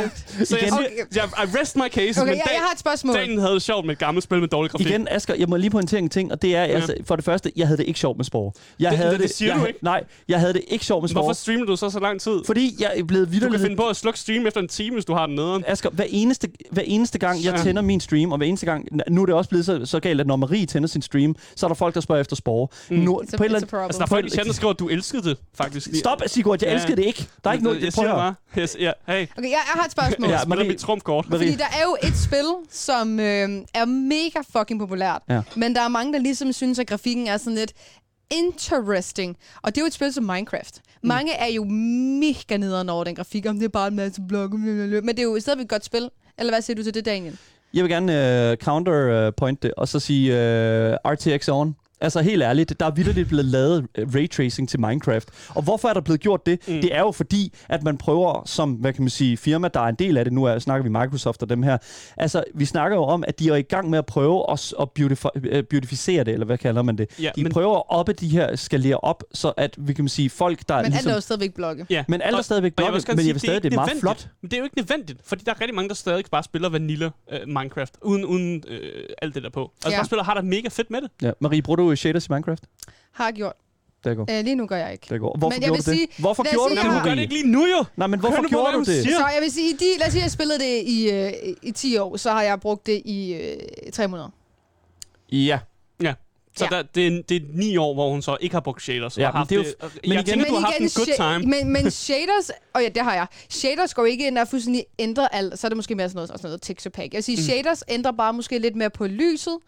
Så jeg, Igen- siger, jeg, I rest my case, Okay, men jeg, Dan, jeg har et spørgsmål. Dan havde det sjovt med et gammelt spil med dårlig grafik. Igen, Asger, jeg må lige pointere en ting, og det er, ja. altså, for det første, jeg havde det ikke sjovt med Spore. Jeg Det- havde det- det siger jeg, du ikke. Nej, jeg havde det ikke sjovt med Spore. Hvorfor streamer du så så lang tid? Fordi jeg er blevet Du vildt kan finde på at slukke stream efter en time, hvis du har den nederen. Asger, hver eneste, hver eneste gang, jeg Ja. tænder min stream, og hver eneste gang, nu er det også blevet så, så galt, at når Marie tænder sin stream, så er der folk, der spørger efter Spore. Mm. Nu, It's a, på et eller it's a andet, problem. Altså, der er folk i chatten, der skriver, at du elskede det, faktisk. stop, Sigurd, jeg Ja. elskede det ikke. Der er ikke noget, jeg prøv siger at det høre. bare. Yes, ja, hey. Okay, jeg, jeg har et spørgsmål. Ja, Jeg spiller Marie- mit trumfkort. Marie. Fordi der er jo et spil, som øh, er mega fucking populært. Ja. Men der er mange, der ligesom synes, at grafikken er sådan lidt interesting. Og det er jo et spil som Minecraft. Mm. Mange er jo mega nederen over den grafik, om det er bare en masse blokke, men det er jo stadigvæk et godt spil. Eller hvad siger du til det, Daniel? Jeg vil gerne uh, counterpoint det, og så sige uh, R T X on. Altså helt ærligt, der er vitterligt blevet lavet raytracing til Minecraft. Og hvorfor er der blevet gjort det? Mm. Det er jo fordi, at man prøver som, hvad kan man sige, firma, der er en del af det. Nu er, snakker vi Microsoft og dem her. Altså, vi snakker jo om, at de er i gang med at prøve at, at beautifi- beautificere det, eller hvad kalder man det? Ja, de men- prøver at oppe de her, skalere op, så at vi kan sige, folk, der Men ligesom... alt er jo stadigvæk blokke. Ja. Men alt er Og- stadigvæk og jeg vil blokket, også gerne men sige, jeg vil stadig, det er ikke meget nødvendigt. flot. Men det er jo ikke nødvendigt, fordi der er rigtig mange, der stadig bare spiller vanilla uh, Minecraft, uden, uden uh, alt det der på. Altså, Ja. bare spiller har det mega fedt med det. Ja. Marie, bruger du shaders i Minecraft? Har jeg gjort. Det går. Øh, lige nu gør jeg ikke. Det går. Hvorfor Men jeg gjorde vil du det? sige- Hvorfor lad os gjorde sige, du det, jeg har- Gør det Marie? ikke lige nu, jo! Nej, men hvorfor Hør nu på, gjorde hvad du hun det? siger. Så jeg vil sige, i de, lad os sige, at jeg spillede det i, øh, i ti år, så har jeg brugt det i øh, tre måneder. Ja. Ja. Så Ja. der, det, er, det er ni år, hvor hun så ikke har brugt shaders. Ja, og men haft det er jo- det, men jeg igen- tænker, du har haft en good sha- time. Men, men shaders, og ja, det har jeg. Shaders går ikke ind og fuldstændig ændrer alt, så er det måske mere sådan noget, sådan noget texture pack. Jeg vil sige, mm. shaders ændrer bare måske lidt mere på lyset.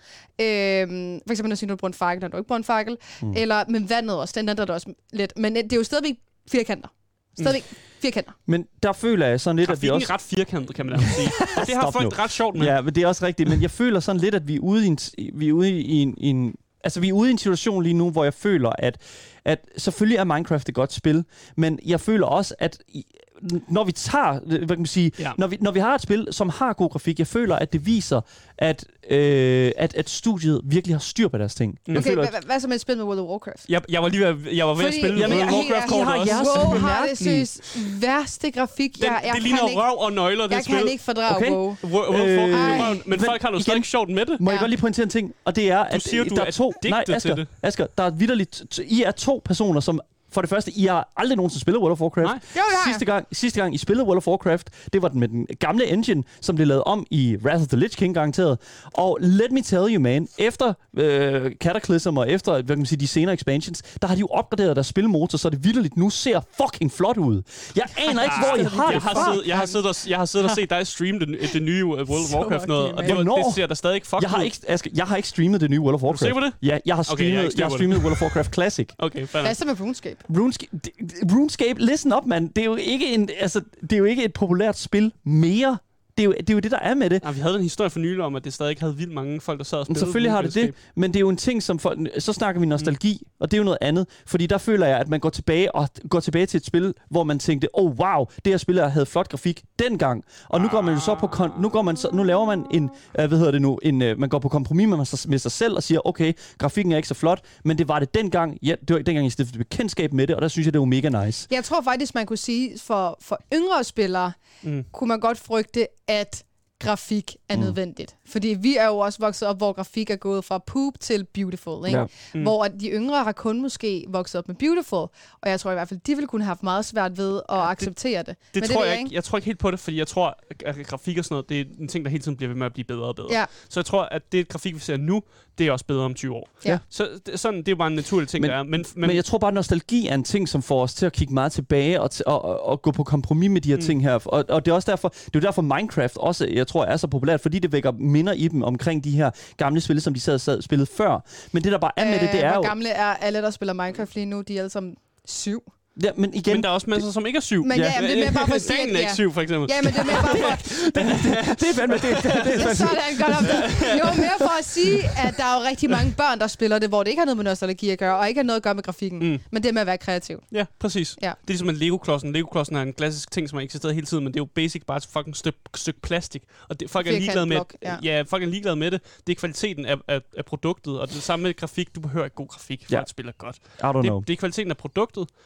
Øhm, for eksempel, når du bruger en fakkel, når du ikke bruger en fakkel. Mm. Eller med vandet også, den ændrer det også lidt. Men det er jo stadigvæk firkanter. Stadigvæk mm. firkanter. Men der føler jeg sådan lidt, at vi Grafikken også... er ret firkantet, kan man nærmest sige. Og det har Stop folk nu. det ret sjovt med. Ja, men det er også rigtigt. Men jeg føler sådan lidt, at vi er ude i en, vi er ude i en, i en altså vi er ude i en situation lige nu, hvor jeg føler, at, at selvfølgelig er Minecraft et godt spil, men jeg føler også, at i, når vi tager, hvad kan man sige, Ja. når, vi, når vi har et spil, som har god grafik, jeg føler, at det viser, at, øh, at, at studiet virkelig har styr på deres ting. Jeg Okay, føler, hva- hva- hvad så med et spil med World of Warcraft? Jeg, jeg var lige ved, at- jeg var ved at Fordi- spille Jamen, World of jeg- Warcraft-kortet I har også. jeres- WoW bemærk- har det seriøst værste grafik. Den, jeg, jeg det ligner kan ikke, røv og nøgler, det jeg spil. kan ikke fordrage Okay. WoW. Wo- wo- Øh, hvor- Ej. Men Men folk har det jo igen- stadig sjovt med det. Må jeg Ja. godt lige pointere en ting, og det er, at siger, du der er er to... addicted Nej, til Asger, det. Asger, der er vitterligt... t- I er to personer, som... For det første, I har aldrig nogensinde spillet World of Warcraft. Nej. Jo, det har jeg. sidste, gang, sidste gang, I spillede World of Warcraft, det var den med den gamle engine, som blev lavet om i Wrath of the Lich King garanteret. Og let me tell you, man, efter øh, Cataclysm og efter hvad kan man sige, de senere expansions, der har de jo opgraderet deres spilmotor, så det vitterligt nu ser fucking flot ud. Jeg aner ikke, hvor I har jeg det har, fra. siddet, jeg, har siddet og, jeg har siddet og set dig streame det, det nye World of Så Warcraft noget, og det, var, Hvornår? det ser da stadig ikke fuck Jeg har ud. ikke, Asger, jeg har ikke streamet det nye World of Warcraft. sikker på det? Ja, jeg har Okay, jeg er streamet, ikke jeg har sikker på streamet World of Warcraft Classic. Okay, fair Hvad nok. så med RuneScape? RuneScape, det, RuneScape, listen up, mand. Det er jo ikke en, altså, det er jo ikke et populært spil mere. Det er, jo, det er jo det, der er med det. Ja, vi havde en historie for nylig om, at det stadig ikke havde vildt mange folk, der sad og Men spillede. selvfølgelig har det det, RuneScape. men det er jo en ting, som folk, så snakker vi nostalgi, mm. og det er jo noget andet. Fordi der føler jeg, at man går tilbage og går tilbage til et spil, hvor man tænkte, oh wow, det her spil havde flot grafik dengang. Og nu går man jo så på, kon- nu går man så, nu laver man en, uh, hvad hedder det nu, en, uh, man går på kompromis med sig, med sig selv og siger, okay, grafikken er ikke så flot, men det var det dengang. Ja, det var dengang, jeg stiftede bekendtskab med det, og der synes jeg, det var mega nice. Jeg tror faktisk, man kunne sige, for, for yngre spillere, mm. kunne man godt frygte, at grafik er mm. nødvendigt. Fordi vi er jo også vokset op, hvor grafik er gået fra poop til beautiful. Ikke? Ja. Mm. Hvor at de yngre har kun måske vokset op med beautiful. Og jeg tror i hvert fald, de ville kunne have haft meget svært ved at ja, acceptere det. Det Men tror ved jeg ikke. Jeg tror ikke helt på det, fordi jeg tror, at grafik og sådan noget, det er en ting, der hele tiden bliver ved med at blive bedre og bedre. Ja. Så jeg tror, at det grafik, vi ser nu, det er også bedre om tyve år. Ja. Så det, sådan, det er bare en naturlig ting, Men- der er. Men, men, Men, men jeg tror bare, at nostalgi er en ting, som får os til at kigge meget tilbage og, t- og, og, og gå på kompromis med de her mm. ting her. Og, og det er også derfor, det er jo derfor Minecraft også, jeg tror, er så populært, fordi det vækker minder i dem omkring de her gamle spil, som de sad og sad spillet før. Men det, der bare er med det, det er hvor jo... gamle er alle, der spiller Minecraft lige nu? De er alle sammen syv. Ja, men igen... men der er også masser, som ikke er syv. Men ja, men det er mere bare for at sige, Dagen er at- ikke syv, for eksempel. Ja, men det er mere bare for... det er fandme... Det, det, det, det, Ja, sådan, godt om det. Jo, mere for at sige, at der er jo rigtig mange børn, der spiller det, hvor det ikke har noget med nostalgi at gøre, og ikke har noget at gøre med grafikken. Mm. Men det med at være kreativ. Ja, præcis. Ja. Det er ligesom en Lego-klodsen. Lego-klodsen er en klassisk ting, som har eksisteret hele tiden, men det er jo basic bare et fucking stykke, stykke plastik. Og det, folk er Firkant ligeglade med, blok, ja. ja. ja, folk er ligeglade med det. Det er kvaliteten af, af, af produktet, og det samme med grafik. Du behøver ikke god grafik, for Ja. at spille godt. I don't know. Det, det er kvaliteten af produktet, og om spillet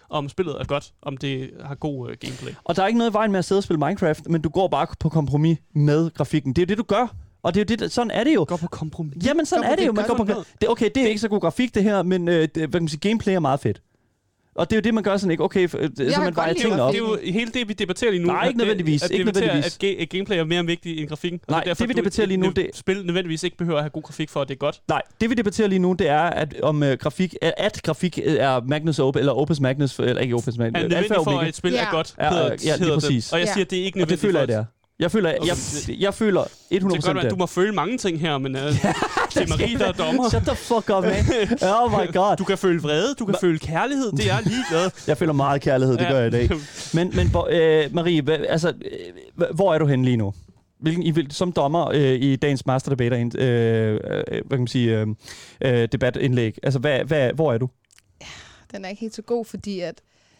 spillet er godt, om det har god uh, gameplay. Og der er ikke noget i vejen med at sidde og spille Minecraft, men du går bare på kompromis med grafikken. Det er jo det, du gør. Og det er jo det, sådan er det jo. Går på kompromis. Jamen, sådan er det jo. Man går på, det, okay, det er ikke så god grafik, det her, men øh, det, hvad kan man sige, gameplay er meget fedt. Og det er jo det, man gør sådan ikke. Okay, så man vejer tingene op. Det er jo hele det, vi debatterer lige nu. Nej, ikke nødvendigvis. At, at, ikke nødvendigvis. at, ga- at gameplay er mere vigtigt end grafikken. Nej, det, derfor, det vi debatterer lige nu, det... Spil nødvendigvis ikke behøver at have god grafik for, at det er godt. Nej, det vi debatterer lige nu, det er, at om uh, grafik, at grafik er Magnus Opus, eller Opus Magnus, eller ikke Opus Magnus. Er nødvendigt for, at et spil er godt. Ja, ja, lige præcis. Og jeg siger, at det er ikke nødvendigt. Og det føler jeg, det er. Jeg føler, jeg, jeg, jeg føler hundrede procent det. Det kan godt være, du må føle mange ting her, men uh, det er Marie, der er dommer. Shut the fuck up, man. Oh my god. Du kan føle vrede, du kan føle kærlighed, det er ligeglad. Jeg føler meget kærlighed, det gør jeg i dag. Men, men øh, Marie, hva, altså, øh, hvor er du henne lige nu? Hvilken, I, som dommer øh, i dagens Master Debater, øh, øh, hvad kan man sige, øh, øh, debatindlæg, altså, hvad, hvad, hvor er du? Den er ikke helt så god, fordi at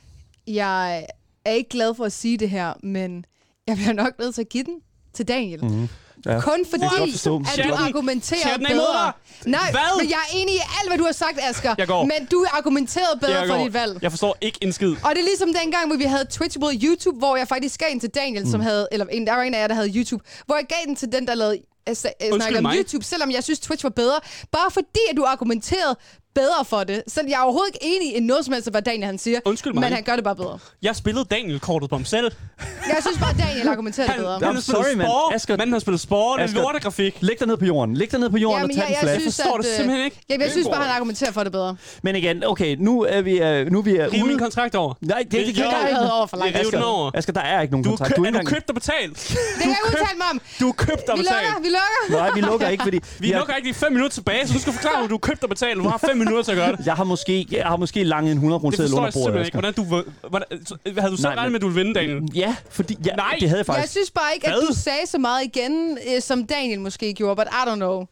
jeg er ikke glad for at sige det her, men jeg bliver nok nødt til at give den til Daniel. Mm-hmm. Ja. Kun fordi, at du argumenterer bedre. Nej, hvad? Men jeg er enig i alt, hvad du har sagt, Asger. Men du argumenterede bedre for dit valg. Jeg forstår ikke en skid. Og det er ligesom dengang, hvor vi havde Twitch mod YouTube, hvor jeg faktisk gav den til Daniel, mm. som havde, eller en, der var en af jer, der havde YouTube, hvor jeg gav den til den, der lavede snakke om YouTube, selvom jeg synes, Twitch var bedre. Bare fordi, at du argumenterede bedre for det. Så jeg er overhovedet ikke enig i noget som helst, hvad Daniel han siger. Undskyld mig. Men han gør det bare bedre. Jeg spillede Daniel-kortet på ham selv. Jeg synes bare, Daniel argumenterer det bedre. Han, han har spillet spore. Asger, manden har spillet spore. Det er lortegrafik. Læg dig ned på jorden. Læg dig ned på jorden Jamen, og tag jeg, en flash. Jeg, jeg forstår det simpelthen ikke. Jeg, jeg synes bare, han argumenterer for det bedre. Men igen, okay, nu er vi uh, nu er vi uh, Riv min kontrakt over. Nej, det, det, det kan jeg ikke over for langt. Riv den over. Asger, der er ikke nogen du kontrakt. Du er du købt og betalt. Det kan jeg ikke udtale mig om. Du er købt og betalt. Vi lukker, vi lukker. Nej, vi lukker ikke, fordi... Vi lukker ikke lige fem minutter tilbage, så du skal forklare, at du er købt og betalt. Du har fem minutter til at gøre det. Jeg har måske, jeg har måske langet en hundrede kroner seddel under bordet. Det forstår jeg simpelthen ikke. Hvordan du, hvordan, havde du selv regnet med, at du ville vinde, Daniel? Ja, fordi... Ja, Nej. Det havde jeg faktisk. Jeg synes bare ikke, at du sagde så meget igen, som Daniel måske gjorde, but I don't know.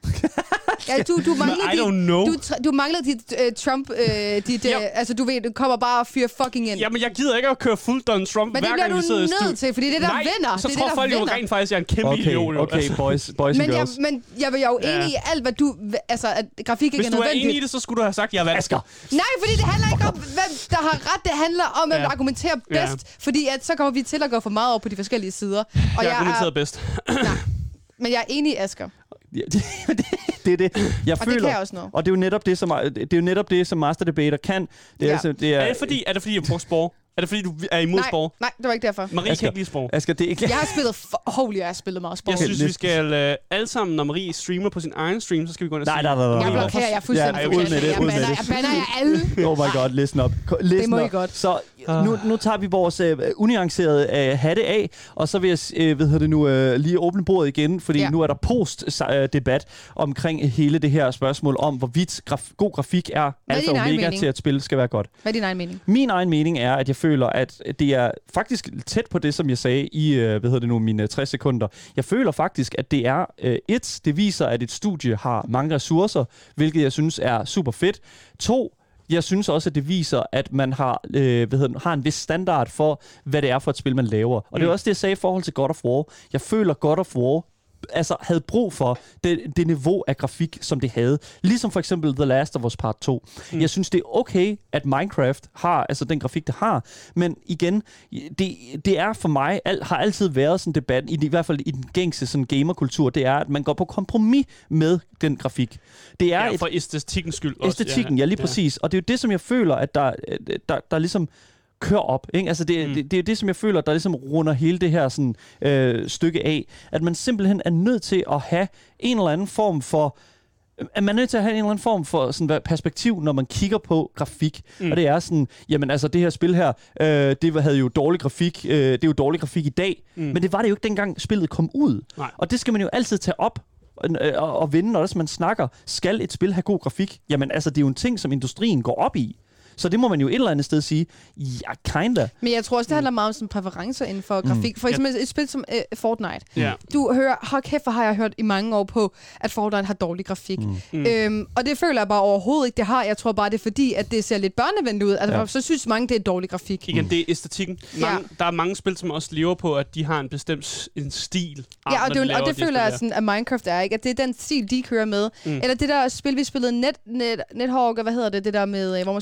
Ja, du, du manglede I don't know. Du, du manglede dit uh, Trump, uh, dit, uh, ja. altså du ved, du kommer bare og fyrer fucking ind. Jamen, jeg gider ikke at køre fuld Donald Trump, men hver gang vi sidder i studiet. Men det bliver du nødt til, fordi det er der Nej, vinder. så det tror det, folk jo rent faktisk, at jeg er en kæmpe okay, idiot. Okay, altså. boys, boys men and girls. Jeg, men jeg er jo enig ja. i alt, hvad du... Altså, at grafik ikke Hvis er du nødvendigt. er enig i det, så skulle du have sagt, at jeg vandt. Asger. Nej, fordi det handler ikke om, hvem der har ret. Det handler om, hvem ja. der argumenterer bedst. Ja. Fordi at, så kommer vi til at gå for meget over på de forskellige sider. Og jeg, jeg argumenterede er, bedst. Nej, men jeg er enig i Asger. Ja, det, det, det er det. Jeg og føler, det kan jeg også noget. Og det er jo netop det, som, det er jo netop det, som Master Debater kan. Det er, ja. altså, det er, er, det fordi, er det fordi, jeg bruger spore? Er det fordi, du er imod nej, spore? Nej, det var ikke derfor. Marie Asger, kan ikke lide spore. Asger, det er ikke... Jeg har spillet... For, holy, jeg har spillet meget spore. Jeg synes, vi skal uh, alle sammen, når Marie streamer på sin egen stream, så skal vi gå ind og sige... Nej, nej, nej, nej. Jeg blokerer, jeg er fuldstændig ja, ud med det, jeg, ud med banner, det. jeg banner jer alle. Oh my god, listen up. Listen det må up. I godt. Så nu, nu tager vi vores uh, unuancerede uh, hatte af, og så vil jeg uh, ved det nu, uh, lige åbne bordet igen, fordi ja. nu er der post-debat omkring hele det her spørgsmål om, hvorvidt graf- god grafik er alfa og omega til at spille skal være godt. Hvad er din egen mening? Min egen mening er, at jeg føler, at det er faktisk tæt på det, som jeg sagde i, uh, hvad hedder det nu, mine tres sekunder. Jeg føler faktisk, at det er uh, et, det viser, at et studie har mange ressourcer, hvilket jeg synes er super fedt. To, jeg synes også, at det viser, at man har, øh, hvad hedder det, har en vis standard for, hvad det er for et spil, man laver. Og mm. det er også det, jeg sagde i forhold til God of War. Jeg føler, God of War altså havde brug for det, det niveau af grafik, som det havde. Ligesom for eksempel The Last of Us Part to. Mm. Jeg synes, det er okay, at Minecraft har altså den grafik, det har. Men igen, det, det er for mig, al, har altid været sådan en debat, i, i hvert fald i den gængse sådan gamerkultur, det er, at man går på kompromis med den grafik. Det er ja, for et, æstetikkens skyld også. Æstetikken, ja, ja lige præcis. Ja. Og det er jo det, som jeg føler, at der, der, der ligesom kører op. Ikke? Altså det, mm. det, det er det, som jeg føler, der ligesom runder hele det her sådan, øh, stykke af. At man simpelthen er nødt til at have en eller anden form for at man er nødt til at have en eller anden form for sådan, perspektiv, når man kigger på grafik. Mm. Og det er sådan, jamen altså det her spil her, øh, det havde jo dårlig grafik, øh, det er jo dårlig grafik i dag, mm. men det var det jo ikke dengang spillet kom ud. Nej. Og det skal man jo altid tage op og, og vinde, når man snakker, skal et spil have god grafik? Jamen altså, det er jo en ting, som industrien går op i. Så det må man jo et eller andet sted sige, ja, kinda. Men jeg tror også, det handler meget om sådan præferencer inden for grafik. Mm. For eksempel et spil som uh, Fortnite. Yeah. Du hører, hold kæft, hvor har jeg hørt i mange år på, at Fortnite har dårlig grafik. Mm. Øhm, og det føler jeg bare overhovedet ikke, det har. Jeg tror bare, det er fordi, at det ser lidt børnevenligt ud. Altså, ja. Så synes mange, det er dårlig grafik. Igen, det er æstetikken. Mange, ja. Der er mange spil, som også lever på, at de har en bestemt en stil. Ja, og det, og det de føler jeg, sådan, at Minecraft er, ikke? At det er den stil, de kører med. Mm. Eller det der spil, vi spillede Net, Net, Nethawk, hvad hedder det? Det der med, hvor man skulle kæmpe imod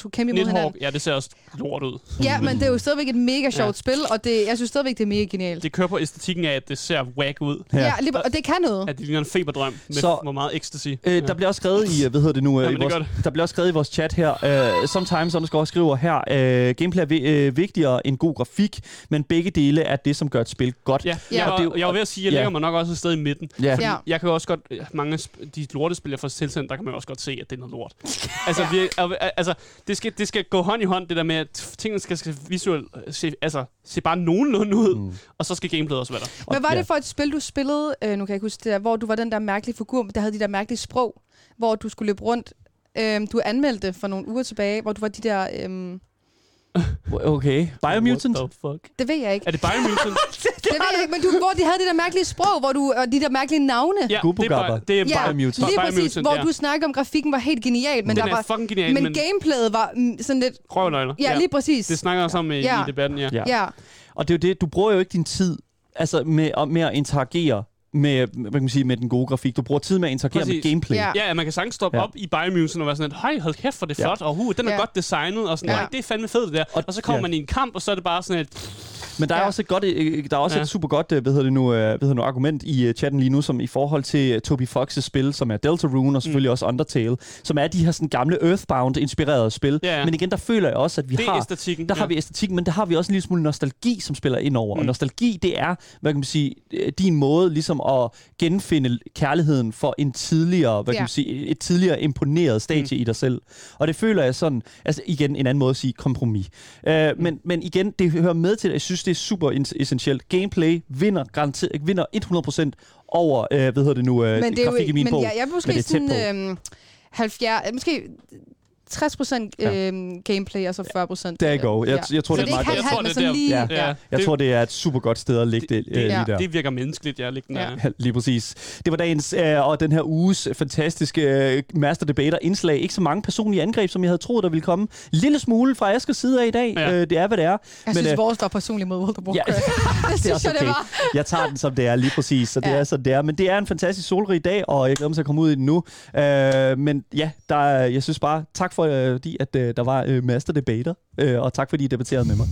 mod hinanden. Ja, det ser også lort ud. Ja, men det er jo stadigvæk et mega sjovt Ja. spil, og det, jeg synes stadigvæk, det er mega genialt. Det kører på æstetikken af, at det ser whack ud. Ja, ja lige, og det kan noget. At det ligner en feberdrøm med Så, hvor meget ecstasy. Øh, ja. Der bliver også skrevet i, hvad hedder det nu, Ja, i men det vores, gør det. der bliver også skrevet i vores chat her, uh, sometimes underscore skriver her, uh, gameplay er vi, uh, vigtigere end god grafik, men begge dele er det, som gør et spil godt. Ja, Ja. jeg, Og det er var, jo- jeg var ved at sige, at jeg ja. lægger mig nok også et sted i midten. Ja. Fordi Ja. jeg kan jo også godt, mange sp- de lortespil, jeg får tilsendt, der kan man jo også godt se, at det er noget lort. altså, vi, altså det, skal, det skal gå hånd i hånd, det der med, at tingene skal, skal visuelt se, altså, se bare nogenlunde ud, mm. og så skal gameplayet også være der. Hvad var Ja. det for et spil, du spillede, øh, nu kan jeg ikke huske det der, hvor du var den der mærkelige figur, der havde de der mærkelige sprog, hvor du skulle løbe rundt. Øhm, du anmeldte det for nogle uger tilbage, hvor du var de der... Øhm, Okay. Biomutant? What the fuck? det ved jeg ikke. Er det Biomutant? Det ved jeg ikke, men du, hvor de havde de der mærkelige sprog, hvor du, og de der mærkelige navne. ja, det er, Gubugabba. bare- det er Ja, Biomutant. lige præcis, Biomutant, hvor ja. du snakkede om, grafikken var helt genial, men Den der er var... fucking genial, Men, men gameplayet var mm, sådan lidt... røvnøgler. Ja, lige præcis. Det snakker også om i, Ja. i debatten, ja. Ja. Ja. Og det er jo det, du bruger jo ikke din tid altså med, at- med at interagere med, hvad kan man sige, med den gode grafik. Du bruger tid med at interagere Præcis. med gameplay. Ja. Ja, man kan sagtens stoppe Ja. op i Biomutant og være sådan, hej, hold kæft, for det er Ja. flot, og hu, den er Ja. godt designet, og sådan, Ja. ja. det er fandme fedt det der. Og- Og så kommer ja. man i en kamp, og så er det bare sådan et, Men der er Ja. også et godt, øh, der er også Ja. et super godt, øh, hvad hedder det nu, øh, hvad hedder det nu argument i uh, chatten lige nu, som i forhold til uh, Toby Fox's spil, som er Deltarune og selvfølgelig mm. også Undertale, som er de her sådan gamle Earthbound-inspirerede spil. Ja. Men igen, der føler jeg også, at vi det er har... æstetikken. Der har vi æstetikken, men der har vi også en lille smule nostalgi, som spiller ind over. Mm. Og nostalgi, det er, hvad kan man sige, øh, din måde ligesom at genfinde kærligheden for en tidligere, hvad kan Ja. man sige, et tidligere imponeret stadie mm. i dig selv. Og det føler jeg sådan, altså igen, en anden måde at sige kompromis. Uh, mm. men, men igen, det hører med til, at jeg synes, det er super essentielt. Gameplay vinder, garanteret, vinder hundrede procent over, øh, hvad hedder det nu, øh, Men det er grafik i jo, min men bog. jeg, jeg er måske Men det er tæt sådan øhm, halvfjerds, måske tres procent Ja. øhm, gameplay, og så fyrre procent. Der you go. Jeg, jeg tror, Så det det er er meget ikke godt. halvt, Jeg tror, men det er sådan der. lige... Ja. Ja. Jeg Det- tror, det er et super godt sted at lægge det, det, øh, det, lige der. det virker menneskeligt, jeg lægger den Ja. der. Ja, lige præcis. Det var dagens øh, og den her uges fantastiske øh, Master Debater indslag. Ikke så mange personlige angreb, som jeg havde troet, der ville komme. Lille smule fra Askers side af i dag. Ja. Øh, det er, hvad det er. Jeg synes, øh, vores var personligt mod World of ja, Warcraft. det det er synes også jeg, det okay. var. Jeg tager den, som det er, lige præcis. Så det Ja. er, så det er. Men det er en fantastisk solrig dag, og jeg glæder mig til at komme ud i den nu. Øh, men ja, der, er- jeg synes bare, tak for, øh, fordi at, øh, der var øh, Master Debater. Øh, og tak, fordi I debatterede med mig.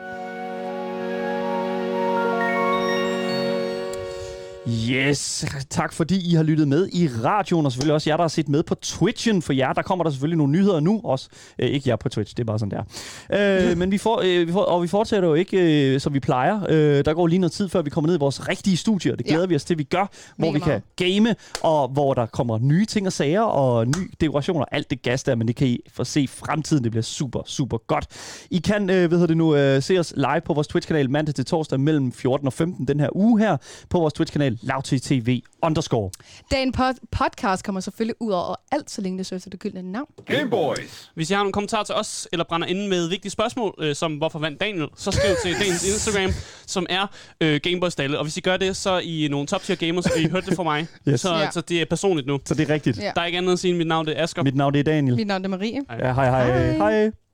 Yes, tak fordi I har lyttet med i radioen, og selvfølgelig også jer, der har set med på Twitchen. For jer, der kommer der selvfølgelig nogle nyheder nu også. Øh, ikke jer på Twitch, det er bare sådan der. Øh, men vi, får, øh, vi får, og vi fortsætter jo ikke, øh, som vi plejer. Øh, der går lige noget tid, før vi kommer ned i vores rigtige studie, og det glæder Ja. vi os til, vi gør. Hvor Mega vi kan game, og hvor der kommer nye ting og sager, og nye dekorationer, alt det gas der, men det kan I få se fremtiden. Det bliver super, super godt. I kan, øh, hvad hedder det nu, øh, se os live på vores Twitch-kanal mandag til torsdag mellem fjorten og femten den her uge her, på vores Twitch-kanal lavttv underscore. Den pod- podcast kommer selvfølgelig ud over alt, så længe det søger efter det gyldne navn. Game Boys. Hvis I har nogle kommentarer til os, eller brænder inde med vigtige spørgsmål, øh, som hvorfor vandt Daniel, så skriv til dagens Instagram, som er øh, Gameboys Dalle. Og hvis I gør det, så er I nogle top-tier gamers, og I hørte det fra mig. Yes. Så, Ja. så det er personligt nu. Så det er rigtigt. Ja. Der er ikke andet at sige, at mit navn det er Asger. Mit navn det er Daniel. Mit navn er Marie. Ja, hej hej. Hej. Hej.